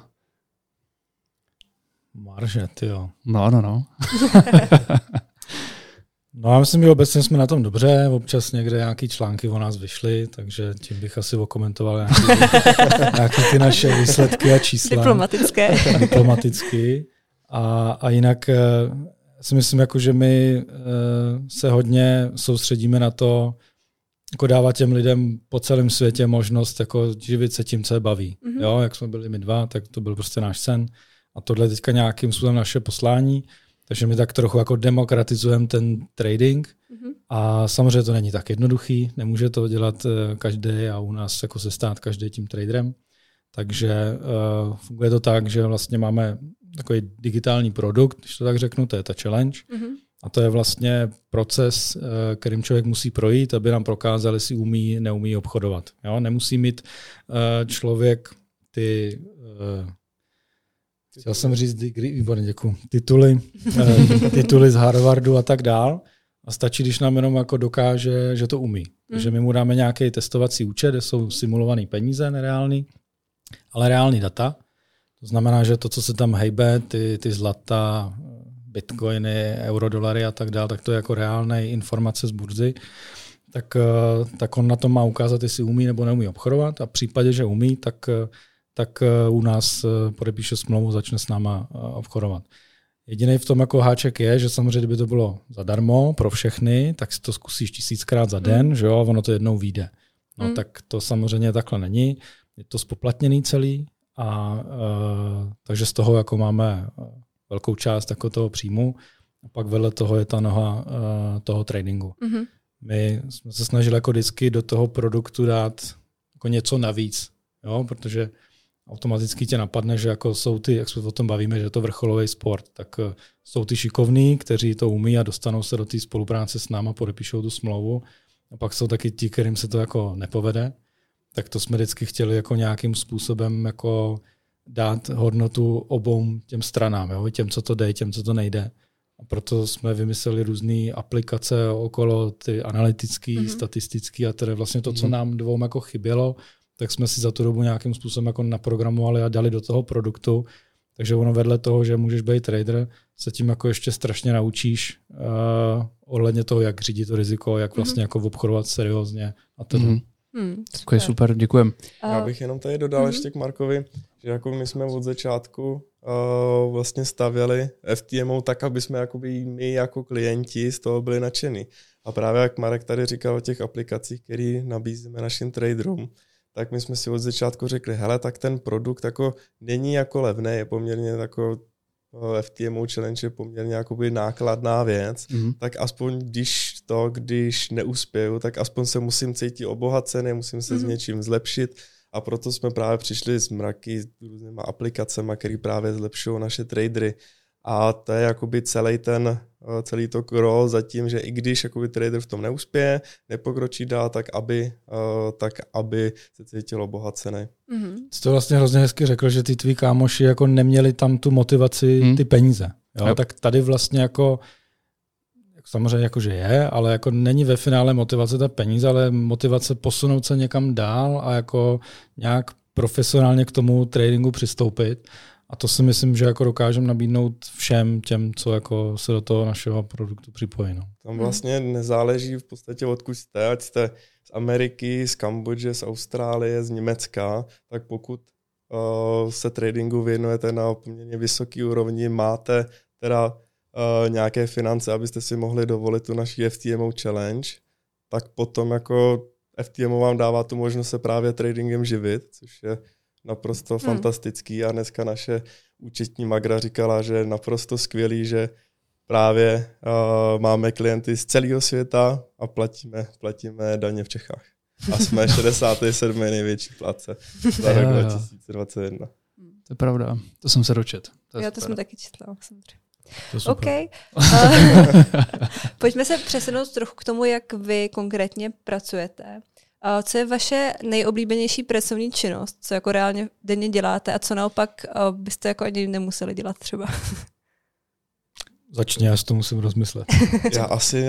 Marže, tyjo. No. No já myslím, že obecně jsme na tom dobře, občas někde nějaký články o nás vyšly, takže tím bych asi okomentoval nějaké ty naše výsledky a čísla. Diplomaticky. A jinak si myslím, jako, že my se hodně soustředíme na to, jako dávat těm lidem po celém světě možnost jako živit se tím, co je baví. Jo, jak jsme byli my dva, tak to byl prostě náš sen. A tohle je teďka nějakým způsobem naše poslání. Takže my tak trochu jako demokratizujeme ten trading a samozřejmě to není tak jednoduchý, nemůže to dělat každý a u nás jako se stát každý tím traderem. Takže funguje to tak, že vlastně máme takový digitální produkt, když to tak řeknu, to je ta challenge. A to je vlastně proces, kterým člověk musí projít, aby nám prokázal, jestli umí, neumí obchodovat. Jo? Nemusí mít člověk ty... Chtěl jsem říct výborně, děkuji. Tituly z Harvardu a tak dál. A stačí, když nám jenom jako dokáže, že to umí. Takže my mu dáme nějaký testovací účet, kde jsou simulované peníze, nereální, ale reální data. To znamená, že to, co se tam hejbe, ty zlata, bitcoiny, eurodolary a tak dále, tak to je jako reálné informace z burzy. Tak on na tom má ukázat, jestli umí nebo neumí obchodovat. A v případě, že umí, tak u nás podepíše smlouvu, začne s náma obchodovat. Jediný v tom jako háček je, že samozřejmě, kdyby to bylo zadarmo pro všechny, tak si to zkusíš 1000krát za den, že jo, ono to jednou vyjde. No tak to samozřejmě takhle není. Je to spoplatněný celý a takže z toho jako máme velkou část jako toho příjmu a pak vedle toho je ta noha toho tradingu. My jsme se snažili jako vždycky do toho produktu dát jako něco navíc, jo, protože automaticky tě napadne, že jako jsou ty, jak se o tom bavíme, že je to vrcholový sport, tak jsou ty šikovní, kteří to umí a dostanou se do té spolupráce s náma, podepíšou tu smlouvu. A pak jsou taky ti, kterým se to jako nepovede. Tak to jsme vždycky chtěli jako nějakým způsobem jako dát hodnotu obou těm stranám, jo? Těm, co to jde, těm, co to nejde. A proto jsme vymysleli různé aplikace okolo ty analytické, statistické a tedy vlastně to, co nám dvou jako chybělo, tak jsme si za tu dobu nějakým způsobem jako naprogramovali a dali do toho produktu. Takže ono vedle toho, že můžeš být trader, se tím jako ještě strašně naučíš ohledně toho, jak řídit to riziko, jak vlastně jako obchodovat seriózně a tedy. Super, děkujem. Já bych jenom tady dodal ještě k Markovi, že jako my jsme od začátku vlastně stavěli FTMO tak, aby jsme jakoby my jako klienti z toho byli nadšení. A právě jak Marek tady říkal o těch aplikacích, které nabízíme našim traderům, tak my jsme si od začátku řekli, hele, tak ten produkt jako není jako levný, je poměrně jako FTMO challenge je poměrně jakoby nákladná věc, tak aspoň když neuspěju, tak aspoň se musím cítit obohacený, musím se s něčím zlepšit a proto jsme právě přišli s mraky s různýma aplikacemi, které právě zlepšují naše tradery. A to je jakoby celý to gro za tím, že i když jakoby trader v tom neuspěje, nepokročí dál, tak aby se cítil obohacený. Jsi to vlastně hrozně hezky řekl, že ty tví kámoši jako neměli tam tu motivaci, ty peníze. Jo? Tak tady vlastně jako samozřejmě jakože je, ale jako není ve finále motivace ta peníze, ale motivace posunout se někam dál a jako nějak profesionálně k tomu tradingu přistoupit. A to si myslím, že jako dokážeme nabídnout všem těm, co jako se do toho našeho produktu připojí. No. Tam vlastně nezáleží v podstatě odkud jste, ať jste z Ameriky, z Kambodže, z Austrálie, z Německa, tak pokud se tradingu věnujete na poměrně vysoký úrovni, máte teda nějaké finance, abyste si mohli dovolit tu naši FTMO challenge, tak potom jako FTMO vám dává tu možnost se právě tradingem živit, což je naprosto fantastický a dneska naše účetní Magra říkala, že je naprosto skvělý, že právě máme klienty z celého světa a platíme daně v Čechách. A jsme 67. největší plátce za rok 2021. To je pravda, to jsem se dočet. Já to jsem taky četla, samozřejmě. OK. Pojďme se přesunout trochu k tomu, jak vy konkrétně pracujete. Co je vaše nejoblíbenější pracovní činnost? Co jako reálně denně děláte a co naopak byste jako ani nemuseli dělat třeba? Začni, já si to musím rozmyslet. Já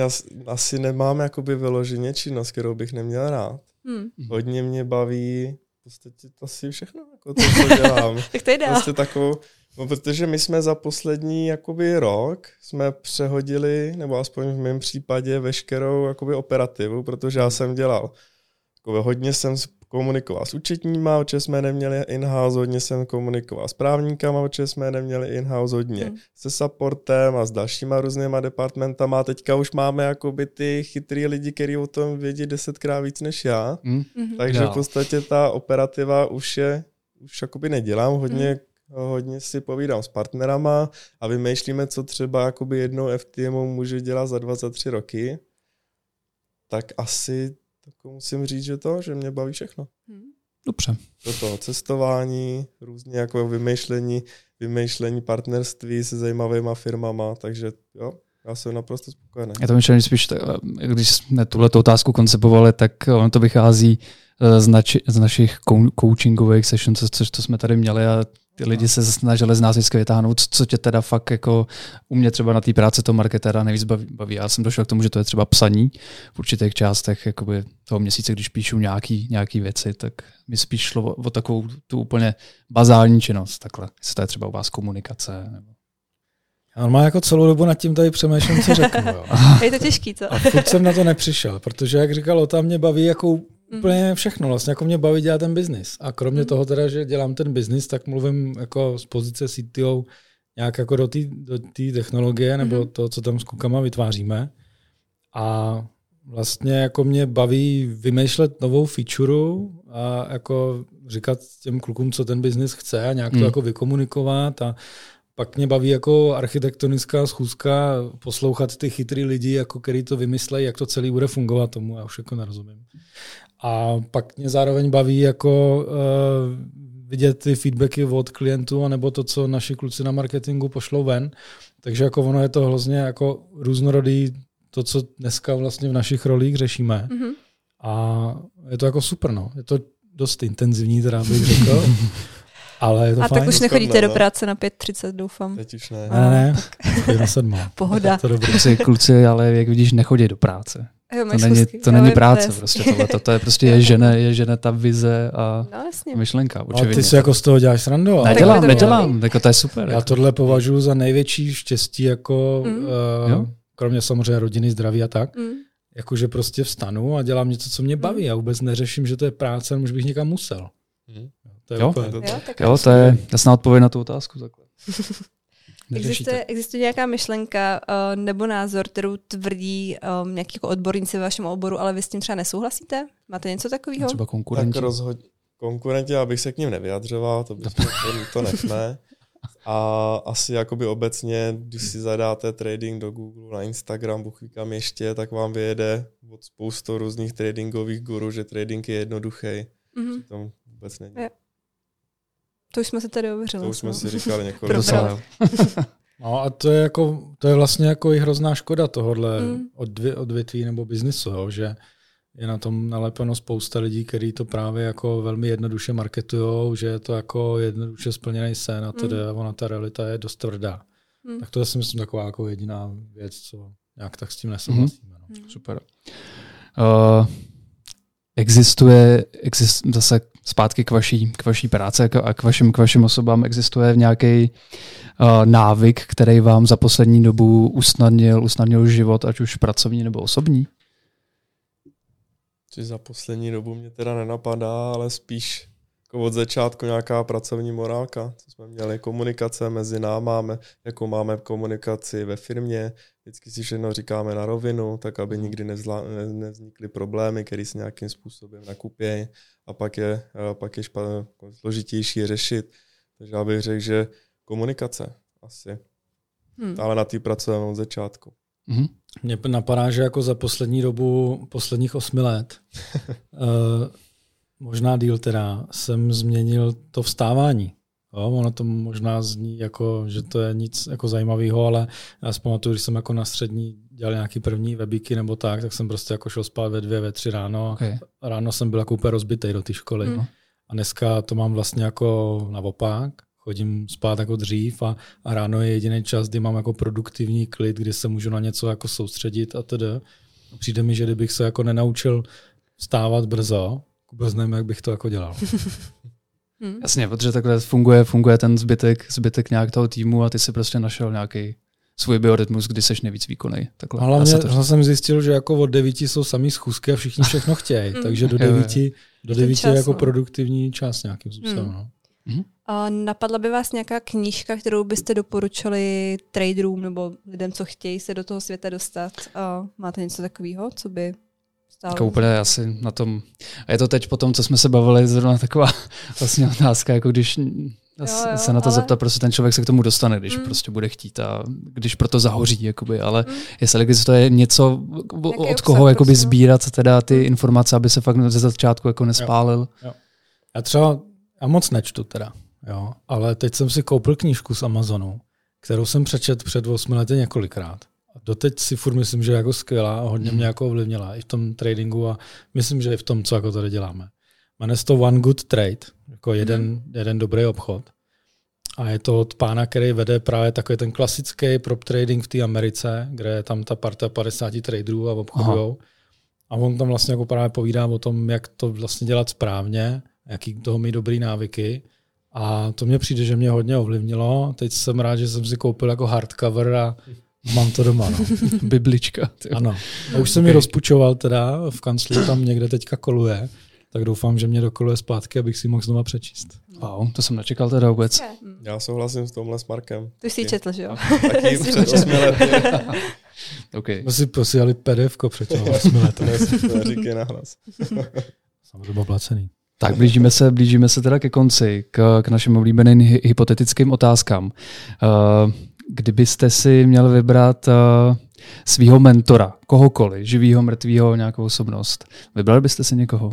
asi nemám jakoby vyloženě činnost, kterou bych neměl rád. Hodně mě baví v podstatě asi všechno, jako to, co dělám. Tak to je dál. Prostě takovou, protože my jsme za poslední jakoby rok jsme přehodili, nebo aspoň v mém případě, veškerou jakoby operativu, protože já jsem dělal. Hodně jsem komunikoval s účetníma, oče jsme neměli in-house, hodně jsem komunikoval s právníkama, oče jsme neměli in-house, hodně se supportem a s dalšíma různýma departmentama. Teďka už máme jakoby ty chytrý lidi, kteří o tom vědí 10krát víc než já. Takže v podstatě ta operativa už jakoby nedělám, hodně si povídám s partnerama a vymýšlíme, co třeba jakoby jednou FTMO může dělat za 2, za 3 roky. Tak asi musím říct, že mě baví všechno. Dobře. Toto cestování, různě jako vymýšlení partnerství se zajímavýma firmama, takže jo, já jsem naprosto spokojený. Já to myšlení spíš, když jsme tuhletu otázku koncipovali, tak ono to vychází z našich coachingových sessions, což to jsme tady měli a ty lidi se snažili z nás vždycky vytáhnout, co tě teda fakt jako u mě třeba na té práci toho marketera nejvíc baví. Já jsem došel k tomu, že to je třeba psaní v určitých částech jakoby toho měsíce, když píšu nějaký věci, tak mi spíš šlo o takovou tu úplně bazální činnost, takhle. Jestli to je třeba u vás komunikace. Nebo... Já normálně jako celou dobu nad tím tady přemýšlím, co řeknu. Jo. Je to těžký, co? A furt jsem na to nepřišel, protože jak říkal Ota, mě baví jako úplně všechno. Vlastně jako mě baví dělat ten biznis. A kromě toho teda, že dělám ten biznis, tak mluvím jako z pozice CTO nějak jako do té technologie nebo to, co tam s klukama vytváříme. A vlastně jako mě baví vymýšlet novou feature a jako říkat těm klukům, co ten biznis chce a nějak to jako vykomunikovat a pak mě baví jako architektonická schůzka poslouchat ty chytrý lidi, jako který to vymyslejí, jak to celý bude fungovat, tomu já už jako nerozumím. A pak mě zároveň baví jako vidět ty feedbacky od klientů, anebo to, co naši kluci na marketingu pošlou ven. Takže jako ono je to hrozně jako různorodý, to, co dneska vlastně v našich rolích řešíme. A je to jako super, no. Je to dost intenzivní, teda bych řekl. Ale je to a fajn. Tak už nechodíte do práce na 5:30, doufám. Teď už ne. Ne, na 7. Pohoda. To dobrý. Kluci, ale jak vidíš, nechodí do práce. Jo, to není práce, prostě tohle. To je prostě je žene ta vize a myšlenka. A ty si jako z toho děláš srandu? Nedělám, jako to je super. Já tohle považuji za největší štěstí, jako kromě samozřejmě rodiny, zdraví a tak. Jakože prostě vstanu a dělám něco, co mě baví. Já vůbec neřeším, že to je práce, nebo že bych někam musel. To je to je jasná odpověď na tu otázku. Existuje nějaká myšlenka nebo názor, kterou tvrdí nějaký jako odborníci ve vašem oboru, ale vy s tím třeba nesouhlasíte? Máte něco takového? Třeba konkurenti? Konkurenti, abych se k ním nevyjadřoval, to nechme. A asi jakoby obecně, když si zadáte trading do Google, na Instagram, Bůh ví kam ještě, tak vám vyjede od spoustu různých tradingových guru, že trading je jednoduchý. Přitom vůbec není. To už jsme se tady ověřili. To už jsme si říkali několikrát. No a to je vlastně jako i hrozná škoda tohohle odvětví nebo biznisu, jo, že je na tom nalepeno spousta lidí, kteří to právě jako velmi jednoduše marketujou, že je to jako jednoduše splněný sen a teda ona ta realita je dost tvrdá. Tak to je si myslím taková jako jediná věc, co nějak tak s tím nesouhlasíme. Super. Existuje zase zpátky k vaší práci a k vašim osobám, existuje nějaký návyk, který vám za poslední dobu usnadnil život, ať už pracovní nebo osobní? Za poslední dobu mě teda nenapadá, ale spíš jako od začátku nějaká pracovní morálka, co jsme měli, komunikace mezi náma, jako máme komunikaci ve firmě, vždycky si všechno říkáme na rovinu, tak aby nikdy nevznikly problémy, které se nějakým způsobem nakupějí a pak je složitější řešit. Takže já bych řekl, že komunikace asi. Ale na té pracujeme od začátku. Mně napadá, že jako za poslední dobu, posledních 8 let, možná díl teda, jsem změnil to vstávání. Jo, ono to možná zní jako, že to je nic jako zajímavého, ale já si pamatuju, když jsem jako na střední dělal nějaký první webíky nebo tak jsem prostě jako šel spát ve 2, ve 3 ráno. Okay. Ráno jsem byl jako úplně rozbitej do té školy. A dneska to mám vlastně jako naopak. Chodím spát jako dřív a ráno je jediný čas, kdy mám jako produktivní klid, kdy se můžu na něco jako soustředit a tedy. Přijde mi, že kdybych se jako nenaučil vstávat brzo, vůbec nevím, jak bych to jako dělal. Jasně, protože takhle funguje ten zbytek nějak toho týmu a ty si prostě našel nějaký svůj biorytmus, kdy seš nejvíc výkonný. Ale jsem zjistil, že jako od 9 jsou samý schůzky a všichni všechno chtějí, takže do 9 je jako produktivní čas nějakým způsobem. Napadla by vás nějaká knížka, kterou byste doporučili traderům nebo lidem, co chtějí se do toho světa dostat? Máte něco takového, co by stálo? Jako úplně asi na tom. A je to teď po tom, co jsme se bavili, zrovna taková vlastně otázka, jako když se na to zeptat, prostě ten člověk se k tomu dostane, když prostě bude chtít a když proto zahoří, jakoby, ale jestli existuje něco, od koho jakoby sbírat teda ty informace, aby se fakt ze začátku jako nespálil. Jo. Já moc nečtu teda, jo, ale teď jsem si koupil knížku z Amazonu, kterou jsem přečetl před 8 lety několikrát. A doteď si furt myslím, že je jako skvělá a hodně mě jako ovlivnila i v tom tradingu a myslím, že i v tom, co jako tady děláme. Jmenuje se to One Good Trade, jako jeden dobrý obchod. A je to od pána, který vede právě takový ten klasický prop trading v té Americe, kde je tam ta parta 50 traderů a obchodujou. A on tam vlastně jako právě povídá o tom, jak to vlastně dělat správně, jaký toho mít dobrý návyky. A to mně přijde, že mě hodně ovlivnilo. Teď jsem rád, že jsem si koupil jako hardcover a mám to doma. No. Biblička. Ano. A už jsem ji rozpučoval teda, v kanclu tam někde teďka koluje, tak doufám, že mě dokoluje zpátky, abych si mohl znova přečíst. Wow, to jsem nečekal teda vůbec. Já souhlasím s tomhle s Markem. Ty jsi ji četl, že jo? Taky před 8 lety. Okay. My si posílali PDF-ko před 8 lety. Říkej nahlas. Samozřejmě placený. Tak blížíme se teda ke konci, k našim oblíbeným hypotetickým otázkám. Kdybyste si měl vybrat svého mentora, kohokoliv, živýho, mrtvýho, nějakou osobnost, vybrali byste si někoho?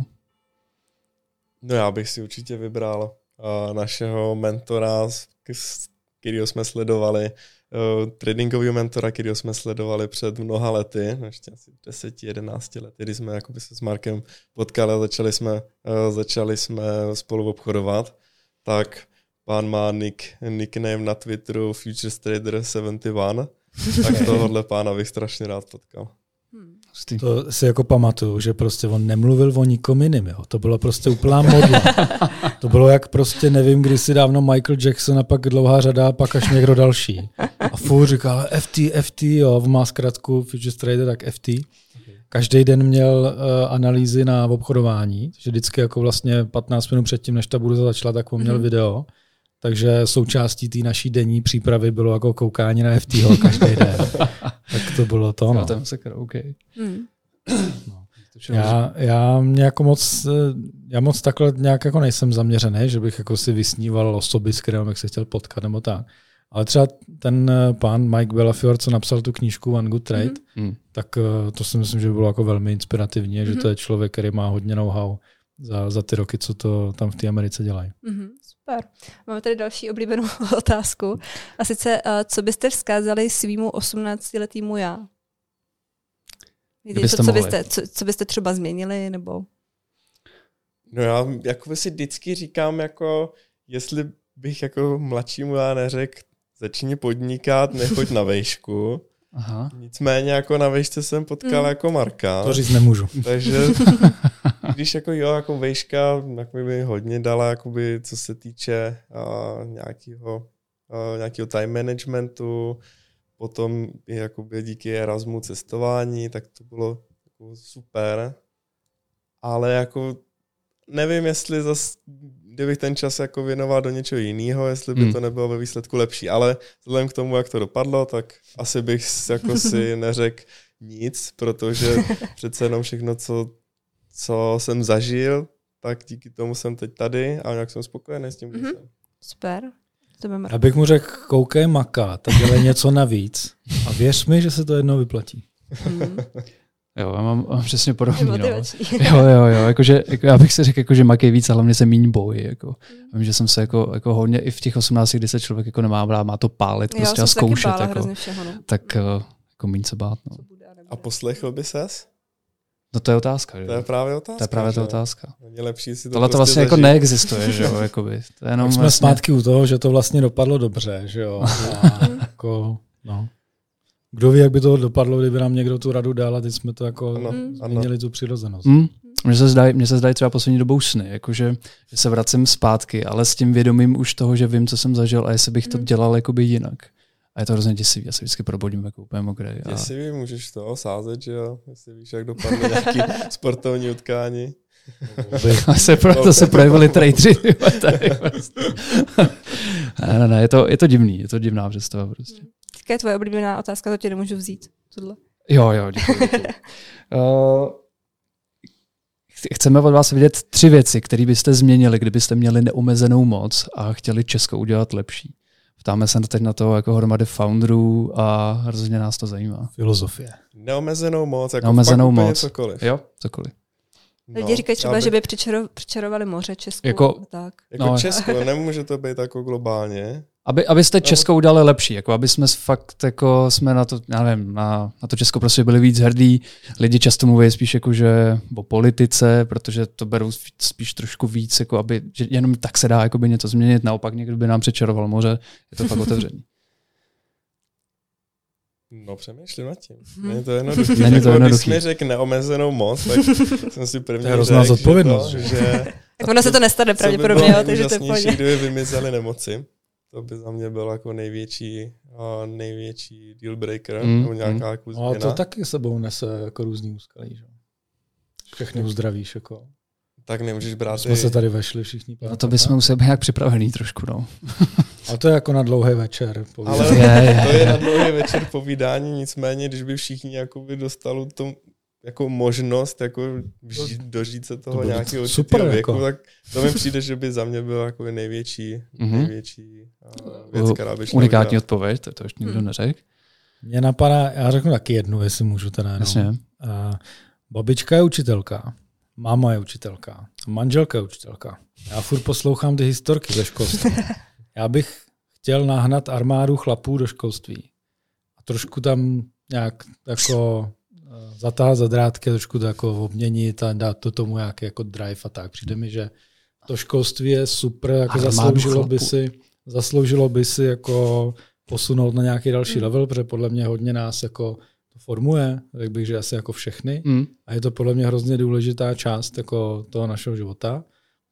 No já bych si určitě vybral našeho mentora, kterýho jsme sledovali, tradingového mentora, kterýho jsme sledovali před mnoha lety, ještě asi 10-11 lety, kdy jsme jakoby se s Markem potkali a začali jsme spolu obchodovat, tak pán má nickname na Twitteru Futures Trader 71, tak tohohle pána bych strašně rád potkal. To si jako pamatuju, že prostě on nemluvil o nikom jiným, jo. To bylo prostě úplná modla. To bylo jak prostě nevím, kdysi dávno Michael Jackson a pak dlouhá řada a pak až někdo další. A furt říkal FT, jo, má zkrátku Futures Trader, tak FT. každý den měl analýzy na obchodování, takže vždycky jako vlastně 15 minut předtím, než ta burza začala, tak on měl video. Takže součástí té naší denní přípravy bylo jako koukání na FTho každý den. Tak to bylo to. No. Okay. No. Já moc takhle nějak jako nejsem zaměřený, že bych jako si vysníval osoby, s kterými bych se chtěl potkat nebo tak. Ale třeba ten pán Mike Bellafior, co napsal tu knížku One Good Trade, tak to si myslím, že by bylo jako velmi inspirativní, že to je člověk, který má hodně know-how za ty roky, co to tam v té Americe dělají. Super. Máme tady další oblíbenou otázku. A sice, co byste vzkázali svýmu 18letýmu já? Co byste třeba změnili? Nebo? No já jako si vždycky říkám, jako, jestli bych jako mladšímu já neřekl, začni podnikat, nechoď na vejšku. Aha. Nicméně jako na vejšce jsem potkal jako Marka. To říct nemůžu. Takže když jako vejška jako mi hodně dala, jakoby, co se týče nějakého time managementu, potom jakoby díky Erasmu cestování, tak to bylo jako super. Ale jako nevím, jestli zas, kdybych ten čas jako věnoval do něčeho jiného, jestli by to nebylo ve výsledku lepší. Ale vzhledem k tomu, jak to dopadlo, tak asi bych jako si neřekl nic, protože přece jenom všechno, co jsem zažil, tak díky tomu jsem teď tady a nějak jsem spokojený s tím, že jsem. Super. Já bych mu řekl, koukej makat, tak dělej něco navíc a věř mi, že se to jednou vyplatí. Jo, já mám přesně podobný. No. Jo, jakože, já bych si řekl, jako, že makej víc, ale hlavně se míň bojí. Jako. Vím, že jsem se jako hodně i v těch 18, kdy se člověk jako nemá brát, má to pálit prostě a zkoušet. Jako, všeho, no. Tak jako míň se bát. No. A poslechl by ses? No to je otázka. Že? To je právě otázka. To je právě ta otázka. Je lepší si to tohle to vlastně jako neexistuje, že jo? Jakoby. To je jenom jsme vlastně zpátky u toho, že to vlastně dopadlo dobře, že jo? A jako, no. Kdo ví, jak by to dopadlo, kdyby nám někdo tu radu dal a teď jsme to jako změnili tu přirozenost. Mně se zdají třeba poslední dobou sny, jakože, že se vracím zpátky, ale s tím vědomím už toho, že vím, co jsem zažil a jestli bych to dělal jakoby jinak. A je to hrozně děsivý, já se vždycky probudím jako úplně mokrý. Děsivý, můžeš to sázet, že jo? Jestli víš, jak dopadne nějaký sportovní utkání. To se projevili tradeři. Ne, je to divný, je to divná představa prostě. Jaká je tvoje oblíbená otázka, to tě nemůžu vzít. Tohle. Jo, děkuji. Chceme od vás vidět 3 věci, které byste změnili, kdybyste měli neomezenou moc a chtěli Česko udělat lepší. Ptáme se teď na to jako hromady founderů a hrozně nás to zajímá. Filozofie. Neomezenou moc, jako neomezenou moc. Cokoliv. Jo, cokoliv. Lidi říkají třeba, že by přičarovali moře Česku. Jako Česko, nemůže to být jako globálně. Abyste Česko udělali lepší, jako aby jsme fakt jako jsme na to, já nevím, na to Česko prostě byli víc hrdí. Lidi často mluví spíš jako, že o politice, protože to berou spíš trošku víc, jako aby, že jenom tak se dá jakoby něco změnit, naopak někdo by nám přečaroval moře, je to fakt otevřený. No přemýšlím nad tím. Není to jednoduché. Když mi řekl neomezenou moc, tak jsem si první řekl, že tak ono se to nestane pravděpodobně, takže to je pohodě. Kdyby vymizely nemoci, to by za mě byl jako největší deal breaker, nebo nějaká jako změna. A to taky sebou nese jako různý úskalí, že? Všechny uzdravíš, jako. Tak nemůžeš brát. Jsme se tady vešli všichni. No to bychom museli být nějak připravený trošku, no. A to je jako na dlouhý večer. Ale to je na dlouhý večer povídání, nicméně, když by všichni jakoby dostali jako možnost jako dožít se toho nějakého určitého věku, jako. Tak to mi přijde, že by za mě byl jako největší věc, která by šla unikátní odpověď, to ještě nikdo neřekl. Mně napadá, já řeknu taky jednu, jestli můžu teda jenom. Babička je učitelka, máma je učitelka, manželka je učitelka. Já furt poslouchám ty historky ze školství. Já bych chtěl nahnat armádu chlapů do školství a trošku tam nějak jako zatáhat za drátky, trošku to jako obměnit a dát to tomu nějaký jako drive a tak. Přijde mi, že to školství je super, jako zasloužilo by si jako posunout na nějaký další level, protože podle mě hodně nás jako to formuje, řekl bych, že asi jako všechny. A je to podle mě hrozně důležitá část jako toho našeho života,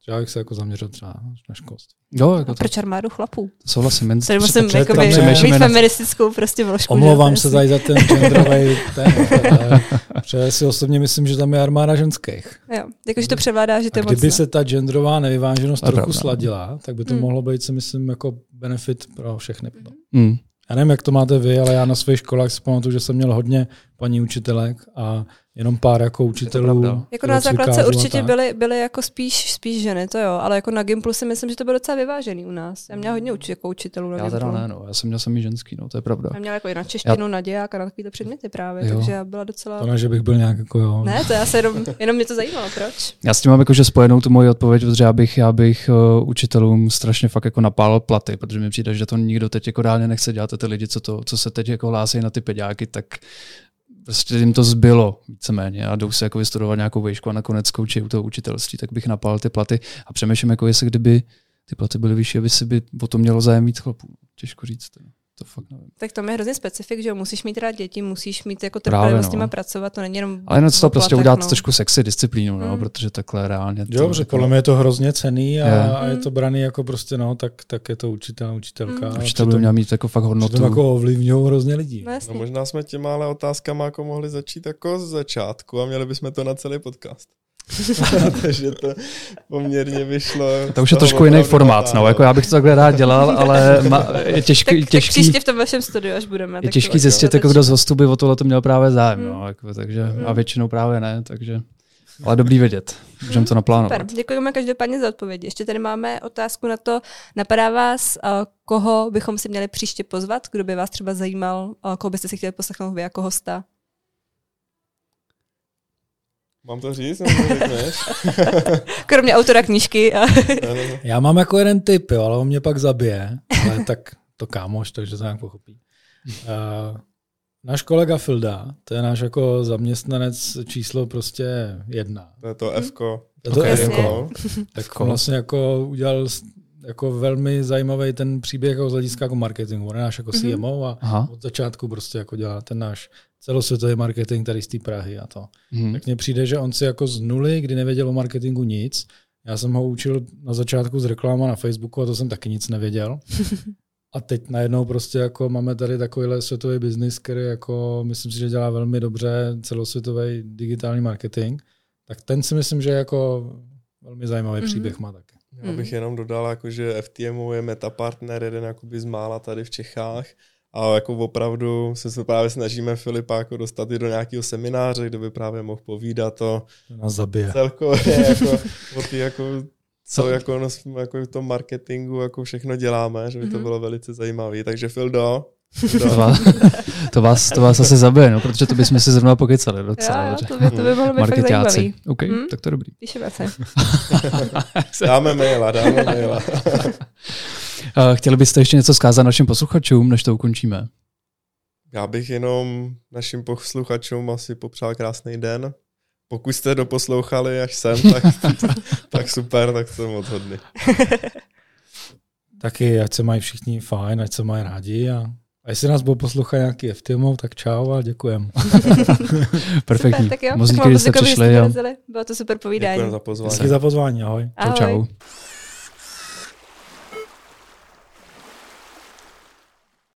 Já bych se jako zaměřil třeba na školství. Jo, jako proč armádu chlapů? To souhlasím. Tady musím být feministickou prostě vložku. Omlouvám se tady za ten genderový téma. Protože si osobně myslím, že tam je armáda ženských. Jo, jakože to převládá, že to je moc. Kdyby se ta genderová nevyváženost trochu sladila, tak by to mohlo být, si myslím, jako benefit pro všechny. Já nevím, jak to máte vy, ale já na svých školách si pamatuju, že jsem měl hodně paní učitelek a jenom pár jako učitelů. Jako na základce určitě byly jako spíš ženy, to jo, ale jako na Gimplu si myslím, že to bylo docela vyvážený u nás. Já měla hodně učitelů na Gimplu. Já teda ne, no. Já jsem měl samý ženský, no, to je pravda. Já měla jako i na češtinu, na děják a na takovýto předměty právě, takže já byla docela... To ne, že bych byl nějak jako jo. Ne, to já se jenom mě to zajímalo, proč? Já s tím mám jakože spojenou tu moji odpověď, protože já bych učitelům strašně fakt jako napálil platy, protože mi přijde, že to nikdo teď jako reálně nechce dělat, ty lidi, co se teď jako hlásí na ty peďáky, tak prostě jim to zbylo víceméně a jdou se jako vystudovat nějakou výšku a nakonec zkoučí u toho učitelství, tak bych napálil ty platy a přemýšlím, jako jestli kdyby ty platy byly vyšší, aby si by o to mělo zájem víc chlapů. Těžko říct. To fakt nevím. Tak to je hrozně specifik, že musíš mít rád děti, musíš mít jako trpělivost s nima pracovat, to není jenom. Ale to prostě udělat trošku sexy disciplínu, protože takhle reálně. Jo, že podle mě je to hrozně cenný a je to braný jako prostě tak je to učitel, učitelka. Učitel by měl mít jako fakt hodnotu. To jako ovlivňují hrozně lidí. No možná jsme těma ale otázkama jako mohli začít jako z začátku a měli bychom to na celý podcast. Takže to poměrně vyšlo. To už je trošku jiný formát, no. Jako já bych to takhle rád dělal, ale je těžký. Tak příště v tom vašem studiu, až budeme. Je těžký zjistit, jako kdo z hostů by o tohle měl právě zájem, no, jako, takže a většinou právě ne, takže. Ale dobrý vědět, můžeme to naplánovat. Super, děkujeme každopádně za odpovědi. Ještě tady máme otázku na to, napadá vás, koho bychom si měli příště pozvat, kdo by vás třeba zajímal, koho byste si chtěli poslechnout vy jako hosta? Mám to říct, nebo to řekneš? Kromě autora knížky. Já mám jako jeden tip, jo, ale on mě pak zabije. Ale tak to kámoš, takže to nějak pochopí. Náš kolega Filda, to je náš jako zaměstnanec číslo prostě 1. To je to F-ko. To je F-ko. Tak vlastně jako udělal jako velmi zajímavý ten příběh jako z hlediska jako marketingu. On je náš jako CMO a od začátku prostě jako dělá ten náš celosvětový marketing tady z té Prahy a to. Tak mně přijde, že on si jako z nuly, kdy nevěděl o marketingu nic, já jsem ho učil na začátku z reklama na Facebooku a to jsem taky nic nevěděl. A teď najednou prostě jako máme tady takovýhle světový biznis, který jako myslím si, že dělá velmi dobře celosvětový digitální marketing. Tak ten si myslím, že jako velmi zajímavý příběh má taky. Já bych jenom dodal, jako, že FTMO je metapartner, jeden jakoby z mála tady v Čechách. A jako opravdu se právě snažíme Filipa jako dostat i do nějakého semináře, kde by právě mohl povídat o celkově jako, o ty jako, co jako v tom marketingu jako všechno děláme, že by to bylo velice zajímavé. Takže Fildo. To vás asi zabije, no, protože to bychom si zrovna pokecali docela. Jo, to by mohlo být fakt zajímavý. OK, tak to je dobrý. Píšeme se. Dáme maila. Chtěli byste ještě něco vzkázat našim posluchačům, než to ukončíme? Já bych jenom našim posluchačům asi popřál krásný den. Pokud jste doposlouchali až sem, tak super, tak jsem moc hodný. Taky, ať se mají všichni fajn, ať se mají rádi a jestli nás budou poslouchat nějaký FTMO, tak čau a děkujem. Perfektní. Tak jo, moc díky, že jste přišli. Bylo to super povídání. Děkujem za pozvání. Díky za pozvání, ahoj. Čau.